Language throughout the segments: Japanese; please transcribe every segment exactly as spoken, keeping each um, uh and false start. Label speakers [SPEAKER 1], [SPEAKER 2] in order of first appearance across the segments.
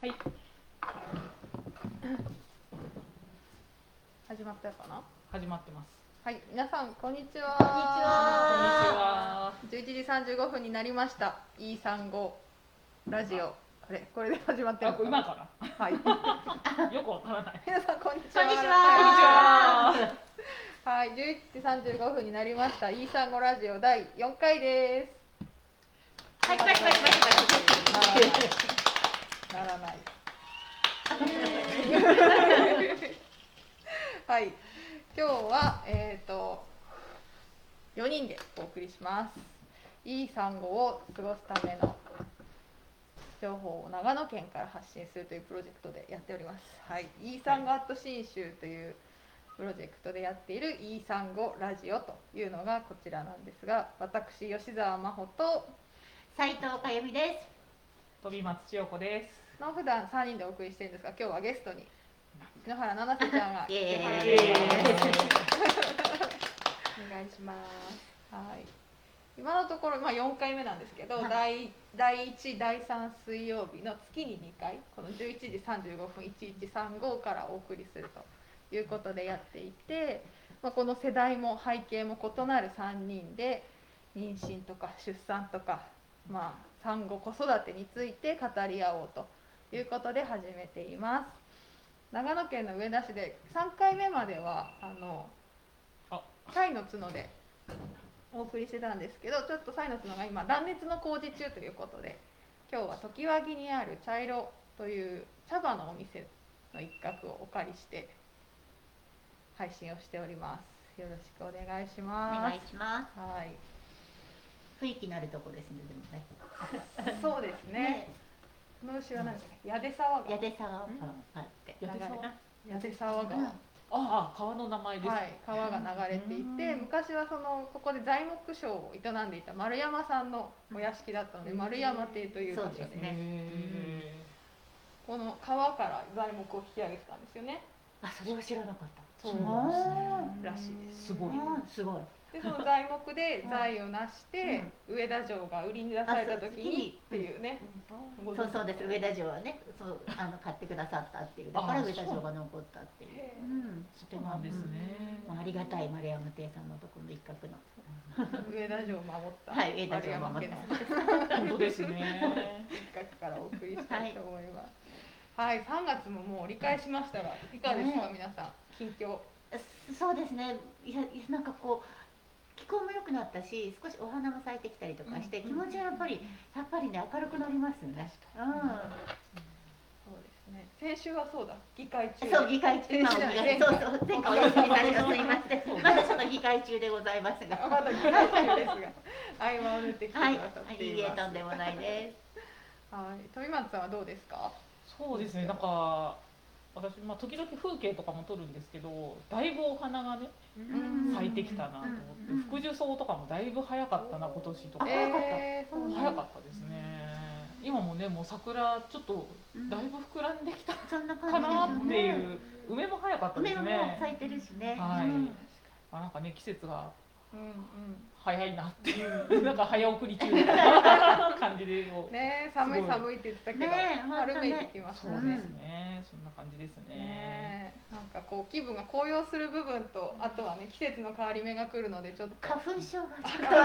[SPEAKER 1] はい。始まったかな？
[SPEAKER 2] 始まってます。
[SPEAKER 1] はい、皆さんこんにちは。
[SPEAKER 3] こんにち
[SPEAKER 2] は。
[SPEAKER 1] じゅういちじさんじゅうごふんになりました。イーさんじゅうごラジオ。あれ、これで始まってるのかな？
[SPEAKER 2] 今かな。
[SPEAKER 1] はい。
[SPEAKER 2] よくわからない。
[SPEAKER 1] 皆さんこんにちは。
[SPEAKER 3] こんにちは。
[SPEAKER 1] はい、じゅういちじさんじゅうごふんになりました。イーさんじゅうごラジオだいよんかいです。
[SPEAKER 3] はい、パチパチパチパチ。
[SPEAKER 1] ならない。はい、今日は、えー、とよにんでお送りします。いい産後を過ごすための情報を長野県から発信するというプロジェクトでやっております。はい、いい産後アット信州というプロジェクトでやっているいい産後ラジオというのがこちらなんですが、私吉澤真帆と
[SPEAKER 3] 斉藤かゆみです。
[SPEAKER 2] 飛松千代子です。
[SPEAKER 1] の普段さんにんでお送りしているんですが、今日はゲストに篠原七瀬ちゃんが来てもらっています。お願いします。はい。今のところ、まあ、よんかいめなんですけど、はい、だいいち、だいさん水曜日の月ににかい、このじゅういちじさんじゅうごふんいちいちさんごからお送りするということでやっていて、まあ、この世代も背景も異なるさんにんで妊娠とか出産とか、まあ、産後子育てについて語り合おうということで始めています。長野県の上田市でさんかいめまではあのサイの角でお送りしてたんですけど、ちょっとサイの角が今断熱の工事中ということで、今日は常盤木にある茶色という茶葉のお店の一角をお借りして配信をしております。よろしくお願いします。
[SPEAKER 3] お願いします。
[SPEAKER 1] はい。
[SPEAKER 3] 雰囲気のあるとこですね、でも
[SPEAKER 1] ね。そうですね。ね、この牛は何ですか？矢出沢川。
[SPEAKER 3] 矢出沢川があって。
[SPEAKER 1] 矢出沢川。
[SPEAKER 2] ああ、川の名前です。
[SPEAKER 1] はい、川が流れていて、昔はそのここで材木商を営んでいた丸山さんのお屋敷だったので、丸山邸という場所で、
[SPEAKER 3] そうですね、
[SPEAKER 1] この川から材木を引き上げてたんですよね。
[SPEAKER 3] あ、それは知らなかった。
[SPEAKER 1] そうらしいです。
[SPEAKER 2] すごい。
[SPEAKER 3] すごい。
[SPEAKER 1] でその材木で材を成して、うん、上田城が売りに出された時にっていうね、
[SPEAKER 3] うん、そうそうです。上田城はね、そうあの買ってくださったっていう、だから上田城が残ったっていう。うん、
[SPEAKER 2] そうなんですね。
[SPEAKER 3] ありがたい丸山亭さんのところの一角の
[SPEAKER 1] 上田城を守った。
[SPEAKER 3] はい、上田城を守った。
[SPEAKER 2] 本当ですね。
[SPEAKER 1] 一角からお送りしたいと思います。はい、はい、さんがつももう折り返しましたが、いかがですか、ね、皆さん近況。
[SPEAKER 3] そうですね。いやなんかこう。気候も良くなったし、少しお花も咲いてきたりとかして、気持ちはやっぱりやっぱりね明るくなりますよね。うん。
[SPEAKER 1] そうですね。先週はそうだ。議会中。
[SPEAKER 3] そう議会中。まあそうそう前回お休みさせてすみません。まだちょっと議会中でございますが。
[SPEAKER 1] まだ議会中ですが、合間を縫ってきてくださっています。
[SPEAKER 3] はい。いいえとんでもないです。
[SPEAKER 1] はい。富松さんはどうですか？
[SPEAKER 2] そうですね。なんか私まあ時々風景とかも撮るんですけど、だいぶお花がね。咲いてきたなと思って、うんうん、福寿草とかもだいぶ早かったな今年とか。
[SPEAKER 3] 早かった、え
[SPEAKER 2] ー、早かったですね。今もねもう桜ちょっとだいぶ膨らんできたかなっていう、うん、梅も早かったですね。
[SPEAKER 3] 梅も咲いてるしね。
[SPEAKER 2] はい。うん、あなんかね季節が早いなっていう、うん、なんか早送り中みたいな感じで
[SPEAKER 1] ね、寒い寒いって言ってたけど、ね、春めいてきましたね。
[SPEAKER 2] そうですね。そんな感じですね。
[SPEAKER 1] ね、なんかこう気分が高揚する部分と、あとはね季節の変わり目が来るのでちょっと
[SPEAKER 3] 花粉症が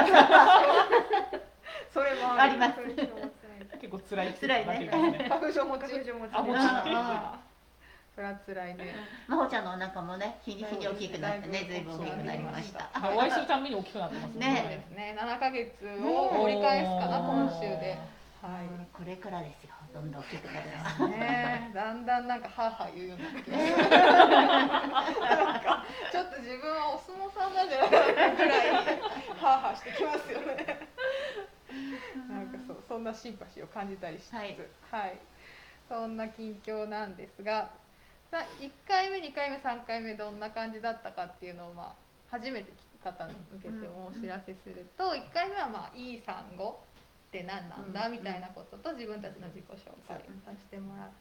[SPEAKER 1] それも
[SPEAKER 3] あります。
[SPEAKER 2] 結構辛い
[SPEAKER 3] 辛いね。
[SPEAKER 1] 花粉症持ち。
[SPEAKER 2] あ持ち。
[SPEAKER 1] それは辛いね。
[SPEAKER 3] まほちゃんのお腹もね日に日に大きくなってね、ずいぶん大きくなりました。
[SPEAKER 2] お会いするたびに大きくなってます
[SPEAKER 1] ね。そうですね。ななかげつを折り返すかな今週で。
[SPEAKER 3] はい。これからですよ。どんどん大きくなる
[SPEAKER 1] の。ね。だんだんなんかハーハー言うようになってきました。なんかちょっと自分はお相撲さんなんじゃないかぐらいハーハーしてきますよね。なんかそうそんなシンパシーを感じたりしつつ、はい、はい、そんな近況なんですが、いっかいめにかいめさんかいめどんな感じだったかっていうのを、まあ、初めて聞く方に向けてお知らせすると、いっかいめは、まあ、いい産後って何なんだみたいなことと自分たちの自己紹介をさせてもらって、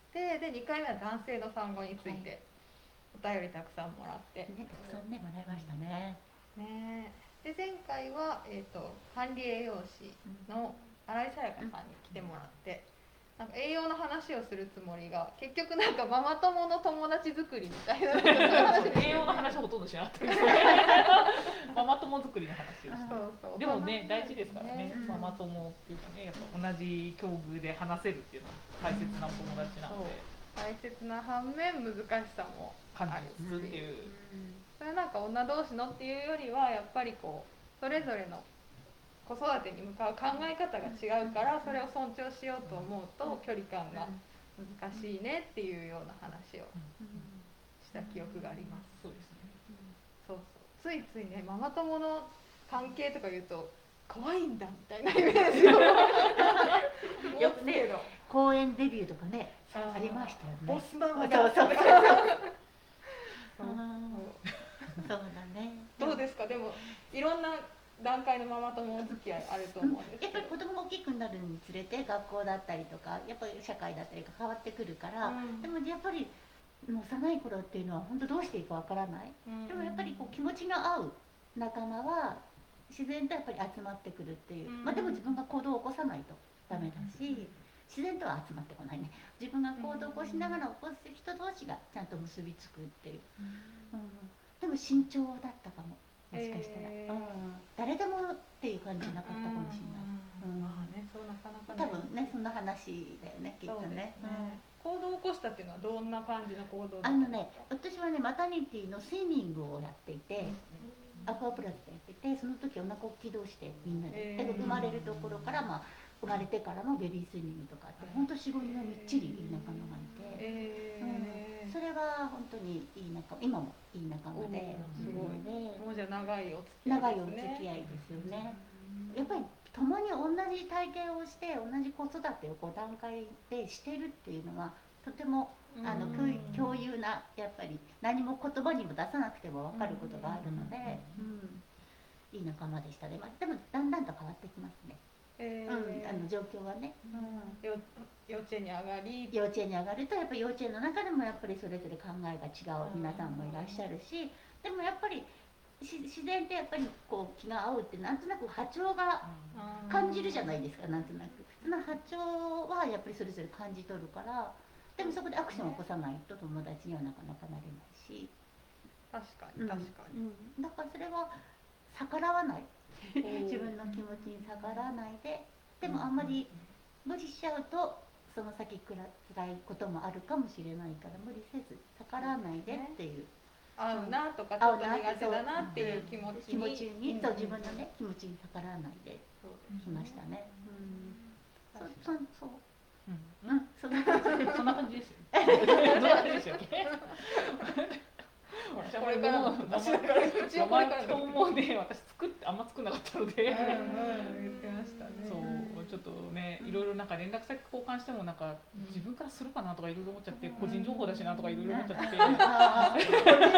[SPEAKER 1] でにかいめは男性の産後についてお便りたくさんもらって、
[SPEAKER 3] ね、たくさんねもらいましたね。
[SPEAKER 1] ねで前回は、えーと、管理栄養士の新井さやかさんに来てもらって、 なんか栄養の話をするつもりが結局なんかママ友の友達作りみたいな
[SPEAKER 2] 栄養の話はほとんどしなかったですママ友作りの話をして
[SPEAKER 1] そうそう
[SPEAKER 2] でもね大事ですからね、
[SPEAKER 3] うん
[SPEAKER 2] ママ友っていうかねやっぱ同じ境遇で話せるっていうのは大切なお友達なので
[SPEAKER 1] 大切な反面難しさも
[SPEAKER 2] 感
[SPEAKER 1] ある
[SPEAKER 2] じつつっていう、
[SPEAKER 1] それはなんか女同士のっていうよりはやっぱりこうそれぞれの子育てに向かう考え方が違うからそれを尊重しようと思うと距離感が難しいねっていうような話をした記憶があります。
[SPEAKER 2] そうですね
[SPEAKER 1] そうそうついついねママ友の関係とか言うと可愛いんだみたいなイメージを
[SPEAKER 3] よくね公演デビューとかねありましたよね。
[SPEAKER 1] ボスママ
[SPEAKER 3] そう
[SPEAKER 1] が
[SPEAKER 3] そうそう
[SPEAKER 1] そう
[SPEAKER 3] そうだね。
[SPEAKER 1] どうですかでもいろんな段階のママ友付き合いあると思うんです
[SPEAKER 3] やっぱ
[SPEAKER 1] けど
[SPEAKER 3] り子供が大きくなるにつれて学校だったりとかやっぱり社会だったりが変わってくるから、
[SPEAKER 1] うん
[SPEAKER 3] でもやっぱりもう幼い頃っていうのは本当どうしていいかわからない、
[SPEAKER 1] うん
[SPEAKER 3] でもやっぱりこう気持ちが合う仲間は自然とやっぱり集まってくるっていう、
[SPEAKER 1] うん
[SPEAKER 3] まあ、でも自分が行動を起こさないとダメだし、自然とは集まってこないね。自分が行動を起こしながら起こす人同士がちゃんと結びつくっていう、うん、でも慎重だったかも。もしかしたら、
[SPEAKER 1] えー
[SPEAKER 3] うん、誰でもっていう感じなかったかもしれない、うん
[SPEAKER 1] まあねそうなかなか
[SPEAKER 3] 多分ねそんな話だよねきっと
[SPEAKER 1] そうです
[SPEAKER 3] ね
[SPEAKER 1] ね行動を起こしたっていうのはどんな感じの行動だった
[SPEAKER 3] あの
[SPEAKER 1] んですか
[SPEAKER 3] ね私はねマタニティのスイミングをやっていて、アクアプラスでやっててその時お腹を起動してみんなで、
[SPEAKER 1] えー
[SPEAKER 3] で生まれるところからまあ生まれてからもベビースイミングとかってほんと よん、ごにんがみっちりいい仲間がいて、
[SPEAKER 1] えー
[SPEAKER 3] それは本当にいい仲間今もいい仲間で、
[SPEAKER 1] おーすごい
[SPEAKER 3] で
[SPEAKER 1] もうじゃあ長いお付き合い
[SPEAKER 3] 長いお
[SPEAKER 1] ですね
[SPEAKER 3] 付き合いですよね。やっぱり共に同じ体験をして同じ子育てをこう段階でしてるっていうのはとてもあの
[SPEAKER 1] うん
[SPEAKER 3] 共有なやっぱり何も言葉にも出さなくても分かることがあるので、うん、いい仲間でしたね、まあ、でもだんだんと変わってきますね、
[SPEAKER 1] え
[SPEAKER 3] うん、
[SPEAKER 1] ー
[SPEAKER 3] あの状況はね、うん
[SPEAKER 1] よ幼稚園に上がり
[SPEAKER 3] 幼稚園に上がるとやっぱり幼稚園の中でもやっぱりそれぞれ考えが違う皆さんもいらっしゃるし、でもやっぱりし自然ってやっぱりこう気が合うってなんとなく波長が感じるじゃないですか、なんとなくその波長はやっぱりそれぞれ感じ取るから、でもそこでアクションを起こさないと友達にはなかなかなれないし、
[SPEAKER 1] 確か
[SPEAKER 3] うん
[SPEAKER 1] に確かに、
[SPEAKER 3] うん、だからそれは逆らわない
[SPEAKER 1] おー
[SPEAKER 3] 自分の気持ちに逆らわないで、でもあんまり無理しちゃうとその先くら辛いこともあるかもしれないから無理せず逆らわないでっていう、
[SPEAKER 1] 合うなとかちょっと苦手だなっていう気持ちに
[SPEAKER 3] 気持ちに、
[SPEAKER 1] うん
[SPEAKER 3] そう自分のね気持ちに逆らわないで
[SPEAKER 1] そうです
[SPEAKER 3] きましたね。うん、
[SPEAKER 1] 確
[SPEAKER 3] そそそう
[SPEAKER 2] うん
[SPEAKER 3] うんそんな感じで
[SPEAKER 2] そんな感じですよどんな感じでしたっけ
[SPEAKER 1] これからの
[SPEAKER 2] ママ
[SPEAKER 1] 私だから一応これからの
[SPEAKER 2] ママ友もね私作ってあんま作んなかったので、
[SPEAKER 1] うんうん言ってましたね
[SPEAKER 2] そうちょっとねいろいろなんか連絡先交換してもなんか
[SPEAKER 1] うん
[SPEAKER 2] 自分からするかなとかいろいろ思っちゃって個人情報だしなとかいろいろ思っちゃって
[SPEAKER 3] あー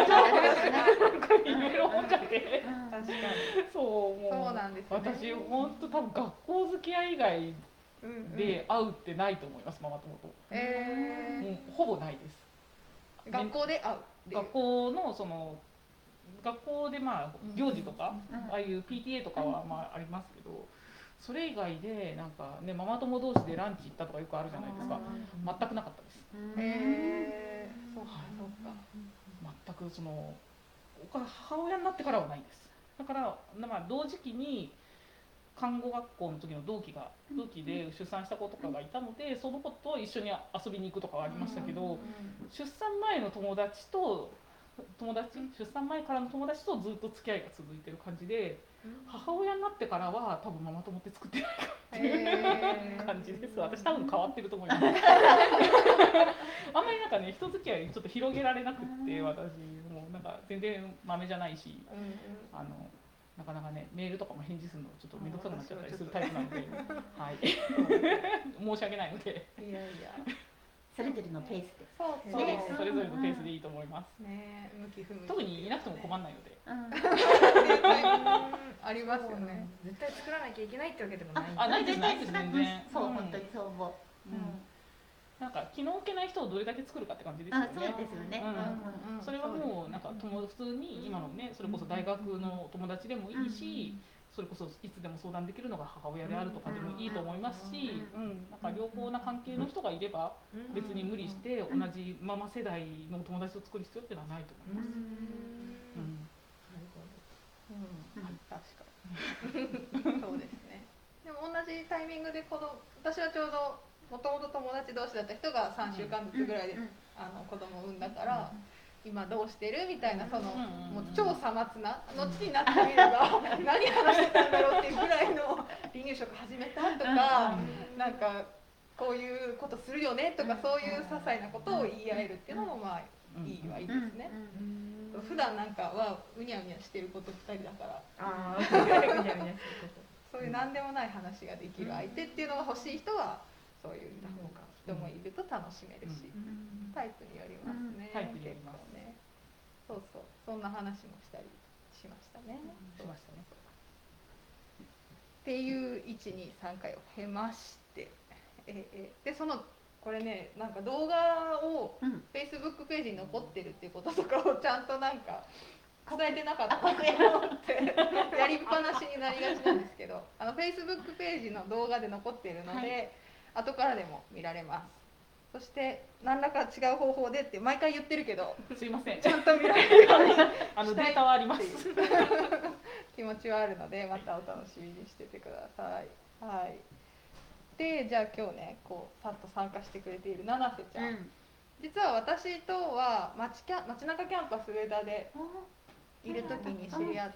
[SPEAKER 2] いろいろ思っちゃって
[SPEAKER 3] うん
[SPEAKER 1] 確かに
[SPEAKER 2] そうもう
[SPEAKER 1] そうなんですね
[SPEAKER 2] 私本当多分学校付き合い以外
[SPEAKER 1] うんうん
[SPEAKER 2] で会うってないと思います、ママ友と、
[SPEAKER 1] え
[SPEAKER 2] もうほぼないです
[SPEAKER 1] ー、学校で会うっていう
[SPEAKER 2] 学校のその学校でまあ行事とか、
[SPEAKER 3] うん
[SPEAKER 2] ああいう ピーティーエー とかはまあありますけど、それ以外でなんかねママ友同士でランチ行ったとかよくあるじゃないですか、全くなかったです
[SPEAKER 1] えー、そうかそうか
[SPEAKER 2] 全くそのお母母親になってからはないです。だからまあ同時期に看護学校の時の同期が同期で出産した子とかがいたので、その子と一緒に遊びに行くとかはありましたけど、出産前の友達と友達出産前からの友達とずっと付き合いが続いてる感じで、母親になってからは多分ママ友って作ってないかっていう感じです。私多分変わってると思います。あんまりなんかね人付き合いちょっと広げられなくって私もうなんか全然マメじゃないし、
[SPEAKER 1] うんうん
[SPEAKER 2] あのなかなかねメールとかも返事するのちょっと面倒くさくなっちゃったりするタイプなので、はい申し訳ないので、
[SPEAKER 1] いやいや
[SPEAKER 3] それぞれのペースで、
[SPEAKER 1] そうそう
[SPEAKER 2] ねそれぞれのペースでいいと思います。
[SPEAKER 1] ね向き不向き
[SPEAKER 2] 特にいなくても困らないので。
[SPEAKER 3] うん
[SPEAKER 1] 絶対ありますよね
[SPEAKER 4] 絶対作らなきゃいけないってわけでもないん
[SPEAKER 2] あないですないです全然
[SPEAKER 3] そう、
[SPEAKER 2] うん
[SPEAKER 3] 本当にそう思う、
[SPEAKER 2] うんなんか気の置けない人をどれだけ作るかって感じですよ
[SPEAKER 3] あ、そう
[SPEAKER 2] ね。
[SPEAKER 3] ですよね、
[SPEAKER 2] うんそれはもうなんか友普通に今のねそれこそ大学の友達でもいいし、 それこそいつでも相談できるのが母親であるとかでもいいと思いますし、うん、なんか良好な関係の人がいれば別に無理して同じママ世代のお友達を作る必要っていうのはないと思います。うん
[SPEAKER 1] うん、確かにそうですね。でも同じタイミングでこの私はちょうどもともと友達同士だった人がさんしゅうかんずつぐらいで、うん、あの子供を産んだから、うん、今どうしてるみたいな、その、うん、もう超さまつな後になってみれば何話してたんだろうっていうぐらいの離乳食始めたとか、なんかこういうことするよねとか、そういう些細なことを言い合えるっていうのもまあいいはいいですね。普段なんかはうにゃうにゃしてることふたりだから、あうにゃうにゃしてることそういう何でもない話ができる相手っていうのが欲しい人はそういう人もいると楽しめるし、タイプによりますね。タイプによりますね。そうそう、そんな話もしたりしましたね。
[SPEAKER 2] しましたね。
[SPEAKER 1] っていういち、に、さんかいを経まして、ええでそのこれね、なんか動画を Facebook ページに残ってるっていうこととかをちゃんとなんか伝えてなかったなって思ってやりっぱなしになりがちなんですけど、あの Facebook ページの動画で残っているので、はい、後からでも見られます。そして何らか違う方法でって毎回言ってるけど、
[SPEAKER 2] すいません、
[SPEAKER 1] ちゃんと見られるように
[SPEAKER 2] あのデータはあります
[SPEAKER 1] 気持ちはあるので、またお楽しみにしててください。はい。で、じゃあ今日ね、こうさっと参加してくれている七瀬ちゃん、うん、実は私とは町キャ町中キャンパス上田でいる時に知り合って、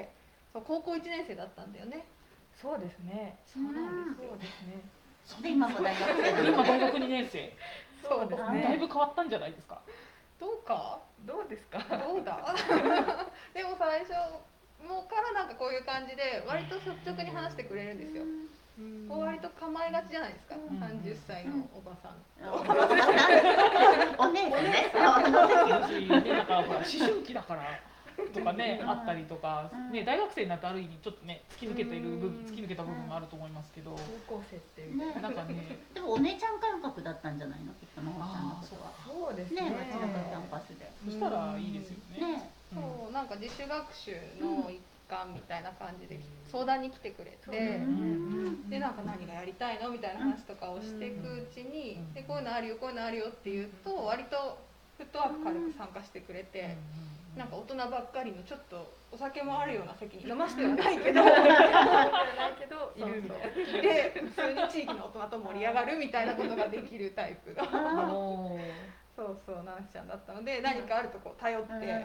[SPEAKER 1] そう高校いちねん生だったんだよね。
[SPEAKER 4] そうですね。
[SPEAKER 1] そうなんですよ。
[SPEAKER 4] そうですね。
[SPEAKER 3] で今も大学生
[SPEAKER 2] 今大学にねん生。
[SPEAKER 1] そうですね。
[SPEAKER 2] だいぶ変わったんじゃないですか。
[SPEAKER 1] どうか？
[SPEAKER 4] どうですか？
[SPEAKER 1] どうだ？でも最初もうからなんかこういう感じで割と率直に話してくれるんですよ。こう割と構えがちじゃないですか、うん、さんじゅっさいのおばさん、うん、
[SPEAKER 3] お姉さんね
[SPEAKER 2] なんか思春期だからとかね、あったりとか、ね、大学生になってある意味ちょっとね突き抜けている部分、突き抜けた部分もあると思いますけど、
[SPEAKER 4] 高校生っていう、
[SPEAKER 3] ね、なんかね、でもお姉ちゃん感覚だったんじゃないの、きっとのほちゃんのことは。
[SPEAKER 4] そうですね、
[SPEAKER 3] 町中キャンパスで。
[SPEAKER 2] そしたらいいですよね。
[SPEAKER 1] ね、そう、なんか自主学習の一環みたいな感じで相談に来てくれて、でなんか何がやりたいのみたいな話とかをしていくうちに、でこういうのあるよこういうのあるよっていうと割とフットワーク軽く参加してくれて、なんか大人ばっかりのちょっとお酒もあるような席に飲ましてはないけどないけどいるみたいなで普通に地域の大人と盛り上がるみたいなことができるタイプがそうそうななちゃんだったので、何かあるとこう頼って。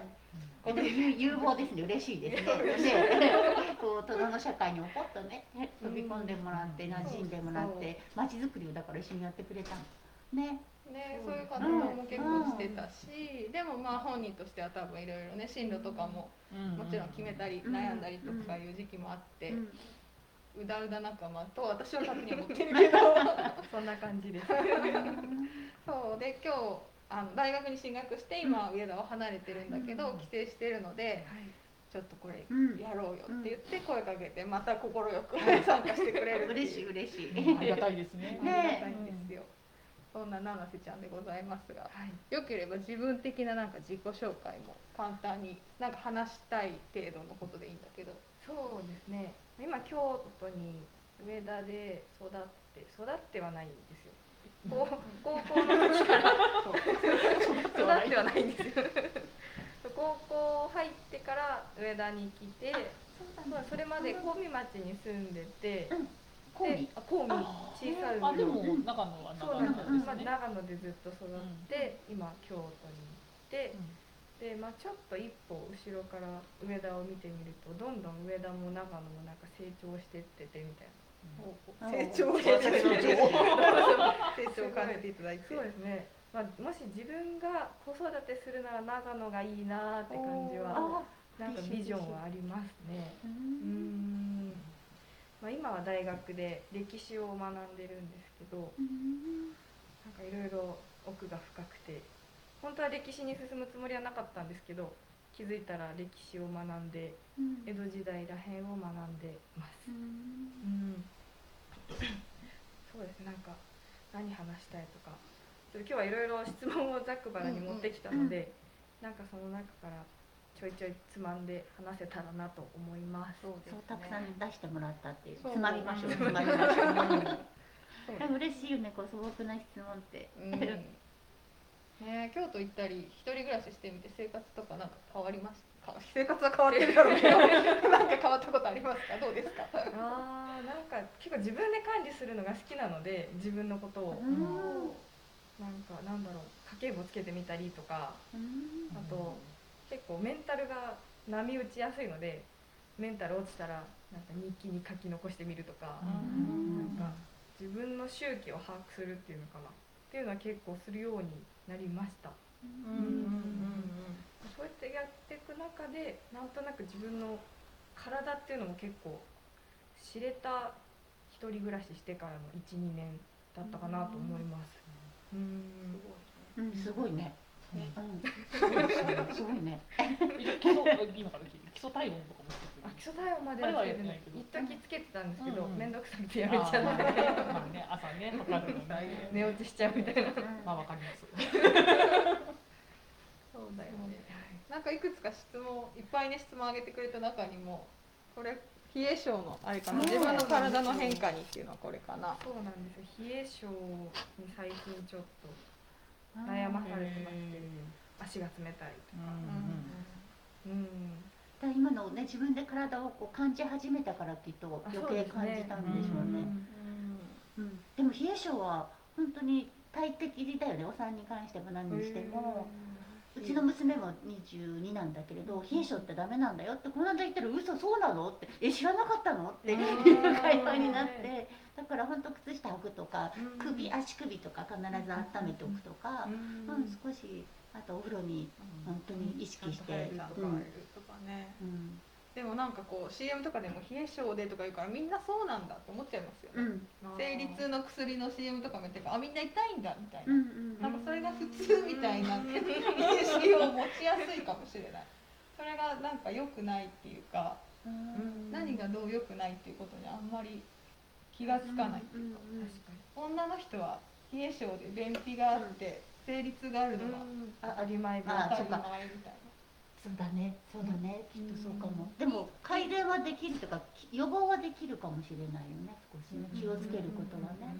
[SPEAKER 3] でも有望ですね、嬉しいですね。で、こう大人の社会にポッとね飛び込んでもらって馴染んでもらって街づくりをだから一緒にやってくれたのね。
[SPEAKER 1] ね、そういう活動も結構してたし、でもまあ本人としては多分いろいろね進路とかももちろん決めたり悩んだりとかいう時期もあって、うだうだ仲間と私は勝手に思ってるけど
[SPEAKER 4] そんな感じです。
[SPEAKER 1] そうで今日あの大学に進学して今上田を離れてるんだけど、帰省してるので、ちょっとこれやろうよって言って声かけてまた快く参加してくれるっていう
[SPEAKER 3] 嬉しい嬉しい
[SPEAKER 2] ありがたいですね。
[SPEAKER 1] ありがたいんですよ。そんな七瀬ちゃんでございますが、はい、よければ自分的ななんか自己紹介も簡単になんか話したい程度のことでいいんだけど。
[SPEAKER 4] そうですね、今京都に上田で育って育ってはないんですよ。高, 高校の時から育ってはないんですよ高校入ってから上田に来て、それまで小見町に住んでて、
[SPEAKER 3] 小見
[SPEAKER 4] 小見小さい
[SPEAKER 2] あでも長野は長野ですね。
[SPEAKER 4] 長野でずっと育って、今京都に行って、でまあちょっと一歩後ろから上田を見てみるとどんどん上田も長野もなんか成長してっててみたいな。
[SPEAKER 1] 成長成長成長を感じていただいて、
[SPEAKER 4] そうですね、まあ、もし自分が子育てするなら長野がいいなって感じはなんかビジョンはありますね。うーん、まあ、今は大学で歴史を学んでるんですけど、なんかいろいろ奥が深くて本当は歴史に進むつもりはなかったんですけど、気づいたら歴史を学んで、うん、江戸時代らへんを学んでます。うんうん、そうですね、なんか何話したいとか、ちょっと今日はいろいろ質問をざっくばらに持ってきたので、うんうん、なんかその中からちょいちょいつまんで話せたらなと思います。
[SPEAKER 1] そうですね。
[SPEAKER 3] そうたくさん出してもらったっていう。
[SPEAKER 1] そう
[SPEAKER 3] つまみましょう。つまみましょう。でも嬉しいよね、こう素朴な質問って。
[SPEAKER 1] うんね、京都行ったり一人暮らししてみて生活とかなんか変わりましたか？生活は変わってるだろうけどなんか変わったことありますか？どうですか？
[SPEAKER 4] あーなんか結構自分で管理するのが好きなので、自分のことを、
[SPEAKER 3] うん、
[SPEAKER 4] なんかなんだろう、家計簿つけてみたりとか、
[SPEAKER 3] うん、
[SPEAKER 4] あと結構メンタルが波打ちやすいので、メンタル落ちたらなんか日記に書き残してみるとか、なんか自分の周期を把握するっていうのかなっていうのは結構するようになりました。
[SPEAKER 1] うんうんうん
[SPEAKER 4] そうやってやっていく中で、なんとなく自分の体っていうのも結構知れた一人暮らししてからのいち、にねんだったかなと思います。うん、
[SPEAKER 3] うん、すごいね。うん、すごいね。
[SPEAKER 2] 基礎今から聞いて基礎体温とかもつけてる。
[SPEAKER 4] あ、基礎体温まではつけてないけど、一時つけてたんですけど、
[SPEAKER 2] うんうん、
[SPEAKER 4] 面倒くさくてやめちゃって、
[SPEAKER 2] まあね、朝ね、測るのね、
[SPEAKER 4] 寝落ちしちゃうみたいな。
[SPEAKER 2] まあわかります。
[SPEAKER 1] そうだよね。なんかいくつか質問いっぱいね質問あげてくれた中にもこれ冷え性のあれかな、自分の体の変化にっていうのはこれかな。
[SPEAKER 4] そうなんですよ。冷え性に最近ちょっと悩まされてまして、足が冷たいとか。うんうん
[SPEAKER 3] うん、今のね自分で体をこう感じ始めたからきっと余計感じたんでしょうね。うん、でも冷え性は本当に大敵だよね。お産に関しても何にしても。うちの娘もにじゅうになんだけれど、冷え性ってダメなんだよってこの間言ったら、嘘そうなのってえ知らなかったのっていう会話になって、だから本当靴下履くとか首足首とか必ず温めておくとか、うん、少しあとお風呂に本当に意識して、
[SPEAKER 1] ちゃんと入るとかね。でもなんかこう シーエム とかでも冷え性でとか言うからみんなそうなんだと思っちゃいますよね。生理痛の薬の シーエム とか見てるから、あみんな痛いんだみたいな、なんかそれが普通みたいな認識を持ちやすいかもしれない。それがなんか良くないっていうか、何がどう良くないっていうことにあんまり気がつかないっていうか、女の人は冷え性で便秘があって生理痛があるのが当たり前みたいな。
[SPEAKER 3] そうだね、そうだね、きっとそうかも。でも改善はできるとか予防はできるかもしれないよね。少しね気をつけることはね。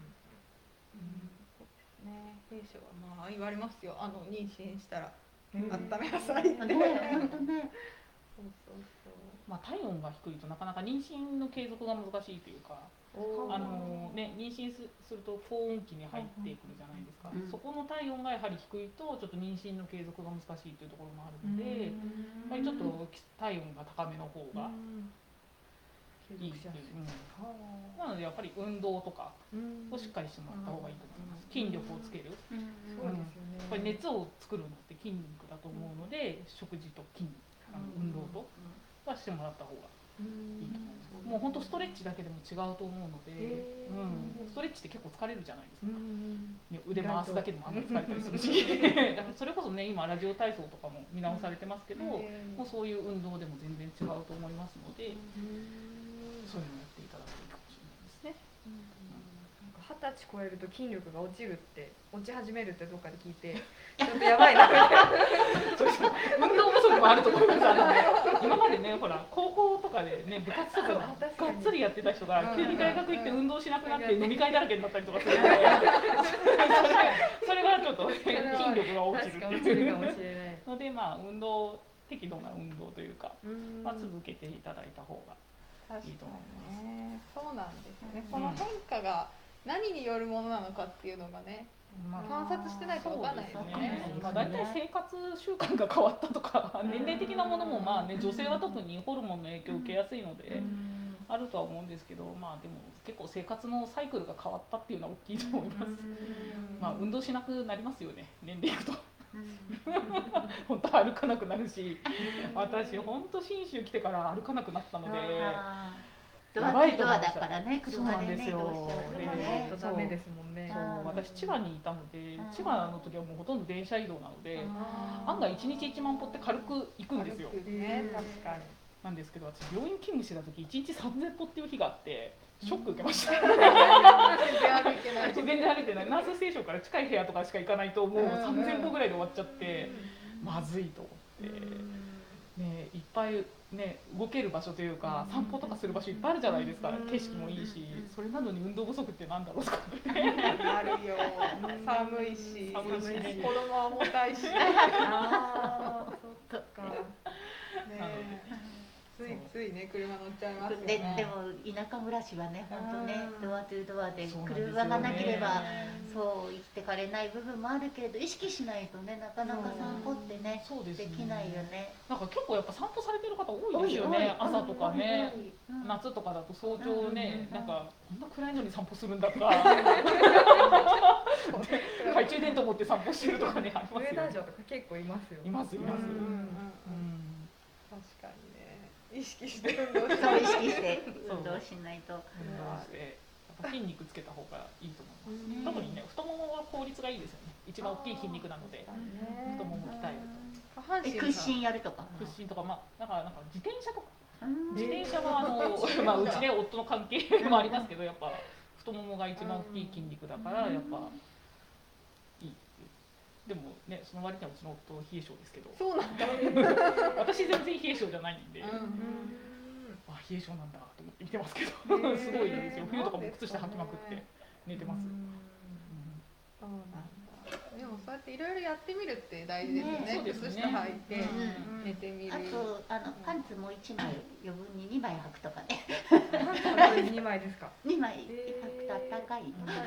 [SPEAKER 1] ね、冷え性はまあ言われますよ。あの妊娠したら温めなさいって。
[SPEAKER 3] ね、本当ね。
[SPEAKER 1] そうそうそう。
[SPEAKER 2] まあ体温が低いとなかなか妊娠の継続が難しいというか。あのね、妊娠すると高温期に入ってくるじゃないですか、うん、そこの体温がやはり低いとちょっと妊娠の継続が難しいというところもあるので、やっぱりちょっと体温が高めの方がいいっていう、うん、なのでやっぱり運動とかをしっかりしてもらった方がいいと思います。筋力をつける、やっぱり熱を作るのって筋肉だと思うので、食事と筋運動とはしてもらった方がいいと思います。もう本当ストレッチだけでも違うと思うので、うん、ストレッチって結構疲れるじゃないですか、ね、腕回すだけでもあんまり疲れたりするしだからそれこそね今ラジオ体操とかも見直されてますけど、もうそういう運動でも全然違うと思いますので、そういうのをやっていただくといいかもしれないですね。
[SPEAKER 4] 二十歳超えると筋力が落ちるって落ち始めるってどっかで聞いてちょっとやばいなみたいな
[SPEAKER 2] 運動不足もあると思います。あの今までねほら高校とかでね部活とかががっつりやってた人が急に大学行って運動しなくなって飲み会だらけになったりとかするのでそれがちょっと筋力が落ちるっていうので、まあ運動適度な運動というかは続けていただいた方がいいと思います。
[SPEAKER 1] ね、そうなんですよね。この変化が何によるものなのかっていうのがね、まあ、観察してないと分かんないですね。
[SPEAKER 2] まあ、大体生活習慣が変わったとか年齢的なものもまあね女性は特にホルモンの影響を受けやすいのであるとは思うんですけど、まあでも結構生活のサイクルが変わったっていうのは大きいと思います。まあ運動しなくなりますよね、年齢いくと。本当歩かなくなるし、私本当信州来てから歩かなくなったので。
[SPEAKER 3] やばいドアだからね、
[SPEAKER 2] 車でね、移動しちゃう
[SPEAKER 4] ね。ダメですもんね。
[SPEAKER 2] そう、私千葉にいたので、千葉の時はもうほとんど電車移動なので、案外一日一万歩って軽く行くんですよ。
[SPEAKER 1] ね、確かに。
[SPEAKER 2] なんですけど、私病院勤務してた時一日三千歩っていう日があって、ショック受けました。
[SPEAKER 1] 全然歩いてない。
[SPEAKER 2] 全然歩いてない。ナースステーションから近い部屋とかしか行かないともう三千歩ぐらいで終わっちゃって、まずいと思って。 ね、いっぱい、ね、動ける場所というか散歩とかする場所いっぱいあるじゃないですか。景色もいいし、それなのに運動不足ってなんだろうとか
[SPEAKER 1] なるよ。寒いし、
[SPEAKER 2] 寒いしね、
[SPEAKER 1] 子供は重たいし。
[SPEAKER 4] ああ、そっか。
[SPEAKER 1] ね、ついついね車乗っちゃいますよ
[SPEAKER 3] で
[SPEAKER 1] ね。
[SPEAKER 3] でも田舎暮らしはね本当ね
[SPEAKER 1] うん
[SPEAKER 3] ドアトゥードアで
[SPEAKER 2] そうなんですよね
[SPEAKER 3] 車がなければそう生きてかれない部分もあるけれど意識しないとねなかなか散歩ってね
[SPEAKER 2] そうですね
[SPEAKER 3] できないよね。
[SPEAKER 2] なんか結構やっぱ散歩されてる方多いですよ
[SPEAKER 3] 多い多い
[SPEAKER 2] ね。朝とかね、
[SPEAKER 3] うん
[SPEAKER 2] 夏とかだと早朝ね、
[SPEAKER 3] うん
[SPEAKER 2] なんかこんな暗いのに散歩するんだとか懐中電灯持って散歩してるとかねありますよね。
[SPEAKER 4] 上田城とか結構いますよ。
[SPEAKER 2] いますいます。
[SPEAKER 1] うんうんうん
[SPEAKER 2] うん
[SPEAKER 1] 確かにね。意識して運動し
[SPEAKER 3] そう
[SPEAKER 1] て。
[SPEAKER 3] 意識して運動しないと。
[SPEAKER 2] 運動してやっぱ筋肉つけた方がいいと思います。
[SPEAKER 3] うん
[SPEAKER 2] 特にね太ももは効率がいいですよね。一番大きい筋肉なので太もも鍛える
[SPEAKER 1] 下半身
[SPEAKER 3] え屈伸やるとか。
[SPEAKER 2] と屈伸とかまあなんかなんか自転車とか
[SPEAKER 3] うん
[SPEAKER 2] 自転車はあのまあうちね夫の関係もありますけどやっぱ太ももが一番大きい筋肉だからやっぱいいっていう。でもねその割にはうちの夫冷え性ですけど
[SPEAKER 1] そうなんだ。
[SPEAKER 2] 私全然冷え性じゃないんで、
[SPEAKER 1] うん
[SPEAKER 2] あ冷え性なんだと思って見てますけど
[SPEAKER 1] へー
[SPEAKER 2] すごいですよ。冬とかも靴下履きまくって寝てます。
[SPEAKER 1] そうなんだ。でもそうやっていろいろやってみるって大事です
[SPEAKER 3] ね
[SPEAKER 1] ね。
[SPEAKER 2] そうですね
[SPEAKER 1] 靴下履いて
[SPEAKER 3] うん
[SPEAKER 1] 寝てみる。
[SPEAKER 3] あとあのパンツも一枚余分に二枚履くとかね。
[SPEAKER 4] パンツにまいですか。
[SPEAKER 3] 二枚履くとあったかい。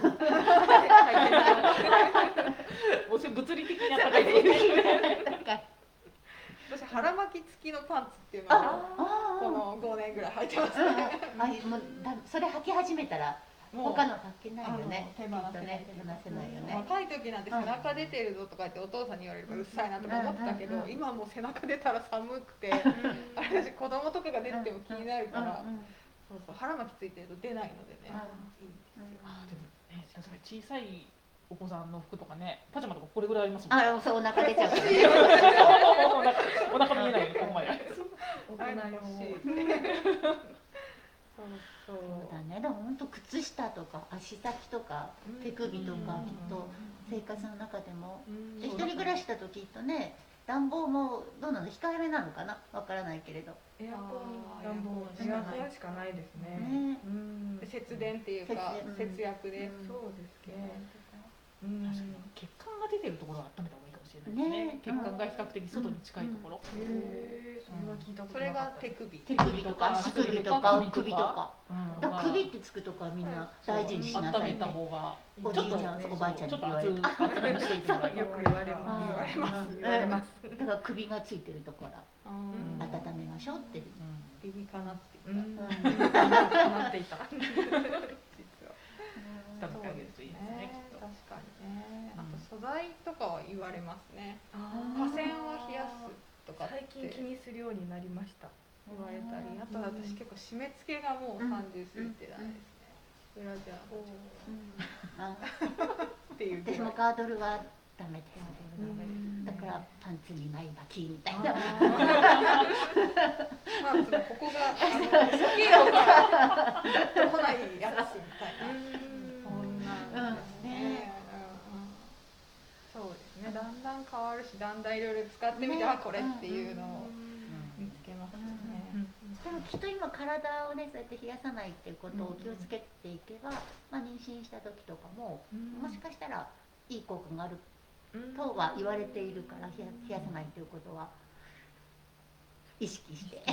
[SPEAKER 2] もうそれ物理的に暖かいです
[SPEAKER 1] 私腹巻き付きのパンツっていうのを
[SPEAKER 3] あ
[SPEAKER 1] このごねんぐらい履いてます
[SPEAKER 3] うん
[SPEAKER 1] ね。
[SPEAKER 3] あもうだそれ履き始めたら
[SPEAKER 2] もう
[SPEAKER 3] 他の履けないよね。
[SPEAKER 1] あの手放せない
[SPEAKER 3] きっとね手放せないよね。
[SPEAKER 1] 若い時なんて背中出てるぞとか言ってお父さんに言われればうっさいなとか思ってたけど、
[SPEAKER 3] うんうんうん
[SPEAKER 1] 今もう背中出たら寒くて、あれだし子供とかが出てても気になるから、
[SPEAKER 3] うんうん
[SPEAKER 1] そうそう腹巻きついてると出ないのでね、
[SPEAKER 3] うん
[SPEAKER 1] いいんですよ。
[SPEAKER 2] あでもねそれ小さいお子さんの服とかねパジャマとかこれぐらいありますもん。
[SPEAKER 3] あそうお腹出ちゃうからね。
[SPEAKER 2] お腹お腹見えないよねここまで。
[SPEAKER 1] あれ
[SPEAKER 4] 大人用。
[SPEAKER 1] 欲しい。そうそう。
[SPEAKER 3] そうだね。でも本当靴下とか足先とか手首とかきっと生活の中でも。で一人暮らしだときっとね暖房もどうなの控えめなのかなわからないけれど。
[SPEAKER 4] エアコン、
[SPEAKER 1] あー
[SPEAKER 4] 暖房、エアコンしかないですね。
[SPEAKER 3] ね。
[SPEAKER 4] うん。
[SPEAKER 1] 節電っていうか
[SPEAKER 3] 節
[SPEAKER 1] 節約で、
[SPEAKER 3] うん
[SPEAKER 4] そうですね。うん。
[SPEAKER 2] 確かに血管が出てるところは温めた方がいいかもしれないですね。
[SPEAKER 3] ね
[SPEAKER 2] 血管が比較的外に近いところ。
[SPEAKER 4] へーそれは聞いたこ
[SPEAKER 1] それが
[SPEAKER 4] となかった
[SPEAKER 1] 手首。
[SPEAKER 3] 手首とか足首とか首とか。
[SPEAKER 2] うん
[SPEAKER 3] だから首ってつくとこはみんな大事にしなさいね
[SPEAKER 2] 温めた。方が
[SPEAKER 3] おじいちゃんおばあちゃん
[SPEAKER 2] ちょっと
[SPEAKER 3] に言われる。
[SPEAKER 2] 熱熱めにしていただいて。
[SPEAKER 4] よく言われます。
[SPEAKER 3] うん
[SPEAKER 4] 言われます。言われます。
[SPEAKER 3] だから首がついてるところ
[SPEAKER 1] うん
[SPEAKER 3] 温めましょうって。
[SPEAKER 1] 理にかなって
[SPEAKER 4] う
[SPEAKER 1] いた。
[SPEAKER 4] ん。なっていた。
[SPEAKER 1] 実は。
[SPEAKER 2] 温めてあげるといいですね。きっと。
[SPEAKER 1] 確かにね。あ
[SPEAKER 2] うん
[SPEAKER 1] と素材とかは言われますね。
[SPEAKER 4] あ
[SPEAKER 1] 河川を冷やすとかって
[SPEAKER 4] 最近気にするようになりました。
[SPEAKER 1] 言われたり、あと私結構締め付けがもうさんじゅう過ぎてないですね。ブラジャーも
[SPEAKER 3] あ
[SPEAKER 1] っていうぐらい。
[SPEAKER 3] 私もガードルはダメです。
[SPEAKER 4] うん
[SPEAKER 3] だからパンツにない履きみたいな。
[SPEAKER 1] まあそのここがあのスキーとか来ないやつみたいな。そんなんですね。うんうんそうですね。だんだん変わるし、だんだんいろいろ使ってみて、
[SPEAKER 3] ね
[SPEAKER 1] あこれっていうのを見つけますね。
[SPEAKER 3] でもきっと今体をねそうやって冷やさないっていうことを気をつけていけば、まあ妊娠した時とかももしかしたらいい効果があるとは言われているから冷や冷やさないっていうことは意識して。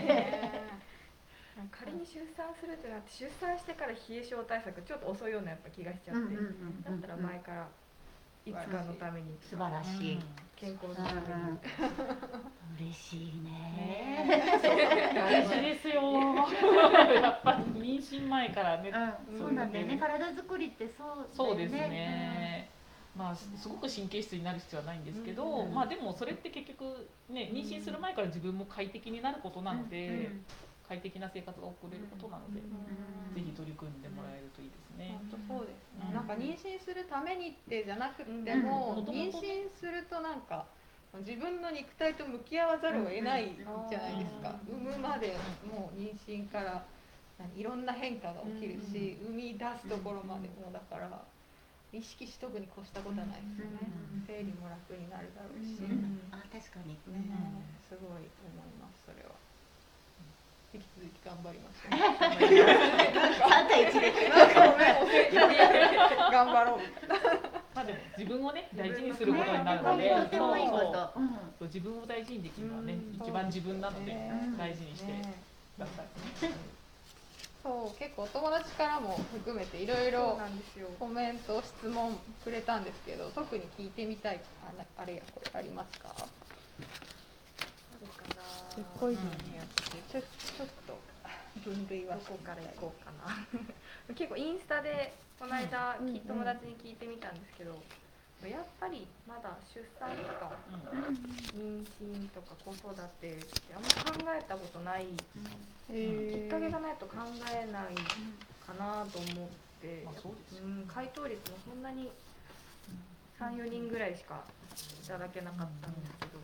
[SPEAKER 4] 仮に出産するってなって出産してから冷え性対策ちょっと遅いようなやっぱ気がしちゃって、だったら前からいつかのために
[SPEAKER 3] 素晴らしい。
[SPEAKER 4] 健康のために。
[SPEAKER 3] 嬉しいね。
[SPEAKER 2] 大事ですよ。やっぱり妊娠前からね。
[SPEAKER 3] うん、そうなんだよね。体作りってそう
[SPEAKER 2] そうです
[SPEAKER 3] だよね。
[SPEAKER 2] ね。まあすごく神経質になる必要はないんですけど、
[SPEAKER 3] うん
[SPEAKER 2] まあでもそれって結局ね妊娠する前から自分も快適になることなので、快適な生活が送れることなので、ぜひ取り組んでもらえるといいですね。
[SPEAKER 1] 本当そうですね。
[SPEAKER 2] うん
[SPEAKER 1] なんか妊娠するためにってじゃなくて
[SPEAKER 2] うん
[SPEAKER 1] も、
[SPEAKER 2] うん
[SPEAKER 1] 妊娠するとなんか自分の肉体と向き合わざるを得ないじゃないですか。産むまでもう妊娠から何いろんな変化が起きるし、生み出すところまでもだから意識しとくに越したことはないですよね。生理も楽になるだろうし。
[SPEAKER 3] あ、確確かに、
[SPEAKER 1] ね、
[SPEAKER 3] うん
[SPEAKER 1] すごい思いますそれは。引き続き頑張りましょう。
[SPEAKER 3] さんたいいちで
[SPEAKER 1] なんかごめん教えて頑張ろう。
[SPEAKER 2] まあでも自分をね大事にすることになるので、
[SPEAKER 3] とてもいいこ
[SPEAKER 2] そう
[SPEAKER 3] と、うん
[SPEAKER 2] そう自分を大事にできるのはね、
[SPEAKER 1] うん
[SPEAKER 2] 一番自分なので
[SPEAKER 1] ね
[SPEAKER 2] 大事にして
[SPEAKER 1] ね
[SPEAKER 2] ください。
[SPEAKER 1] そう結構お友達からも含めていろい
[SPEAKER 4] そう
[SPEAKER 1] ろ
[SPEAKER 4] なんですよ。
[SPEAKER 1] コメント質問くれたんですけど、特に聞いてみたいあなあれやこれありますか？
[SPEAKER 4] あるかな。
[SPEAKER 1] すっごいのにやってちょちょっと分類は
[SPEAKER 4] どこから行こうかな。結構インスタでこの間、
[SPEAKER 1] うん
[SPEAKER 4] き友達に聞いてみたんですけど、やっぱりまだ出産とか妊娠とか子育てってあんま考えたことない、きっかけがないと考えないかなと思って、
[SPEAKER 2] まあそうですよ
[SPEAKER 4] うん、回答率もそんなにさん、よにんぐらいしかいただけなかったんですけど、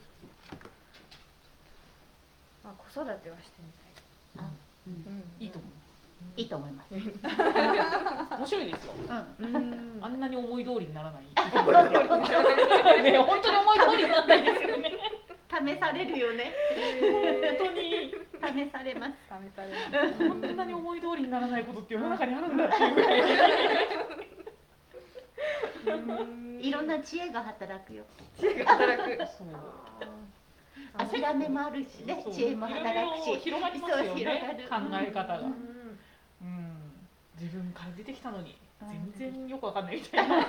[SPEAKER 4] まあ、子育てはしてみたい。
[SPEAKER 3] あうん
[SPEAKER 1] うん
[SPEAKER 2] いいと思う。
[SPEAKER 3] いいと思います。
[SPEAKER 2] 面白いですよ。
[SPEAKER 3] うん
[SPEAKER 4] うん
[SPEAKER 2] あんなに思い通りにならない。ね、本当に思い通りにならないですよね。
[SPEAKER 3] 試されるよね。
[SPEAKER 2] 本当に
[SPEAKER 3] 試されます。
[SPEAKER 1] 試される。
[SPEAKER 2] こんなに思い通りにならないことって世の中にあるんだっていうぐらい。
[SPEAKER 3] いろんな知恵が働くよ。
[SPEAKER 4] 知恵が働く。
[SPEAKER 2] そう。
[SPEAKER 3] 諦めもあるしね、
[SPEAKER 2] そう
[SPEAKER 3] 知恵も働くし。
[SPEAKER 2] 広がりますよ
[SPEAKER 3] そう広が
[SPEAKER 2] ね。
[SPEAKER 3] る
[SPEAKER 2] 考え方が。
[SPEAKER 3] う
[SPEAKER 2] うんん。自分から出てきたのに全然よくわかんないみたいな。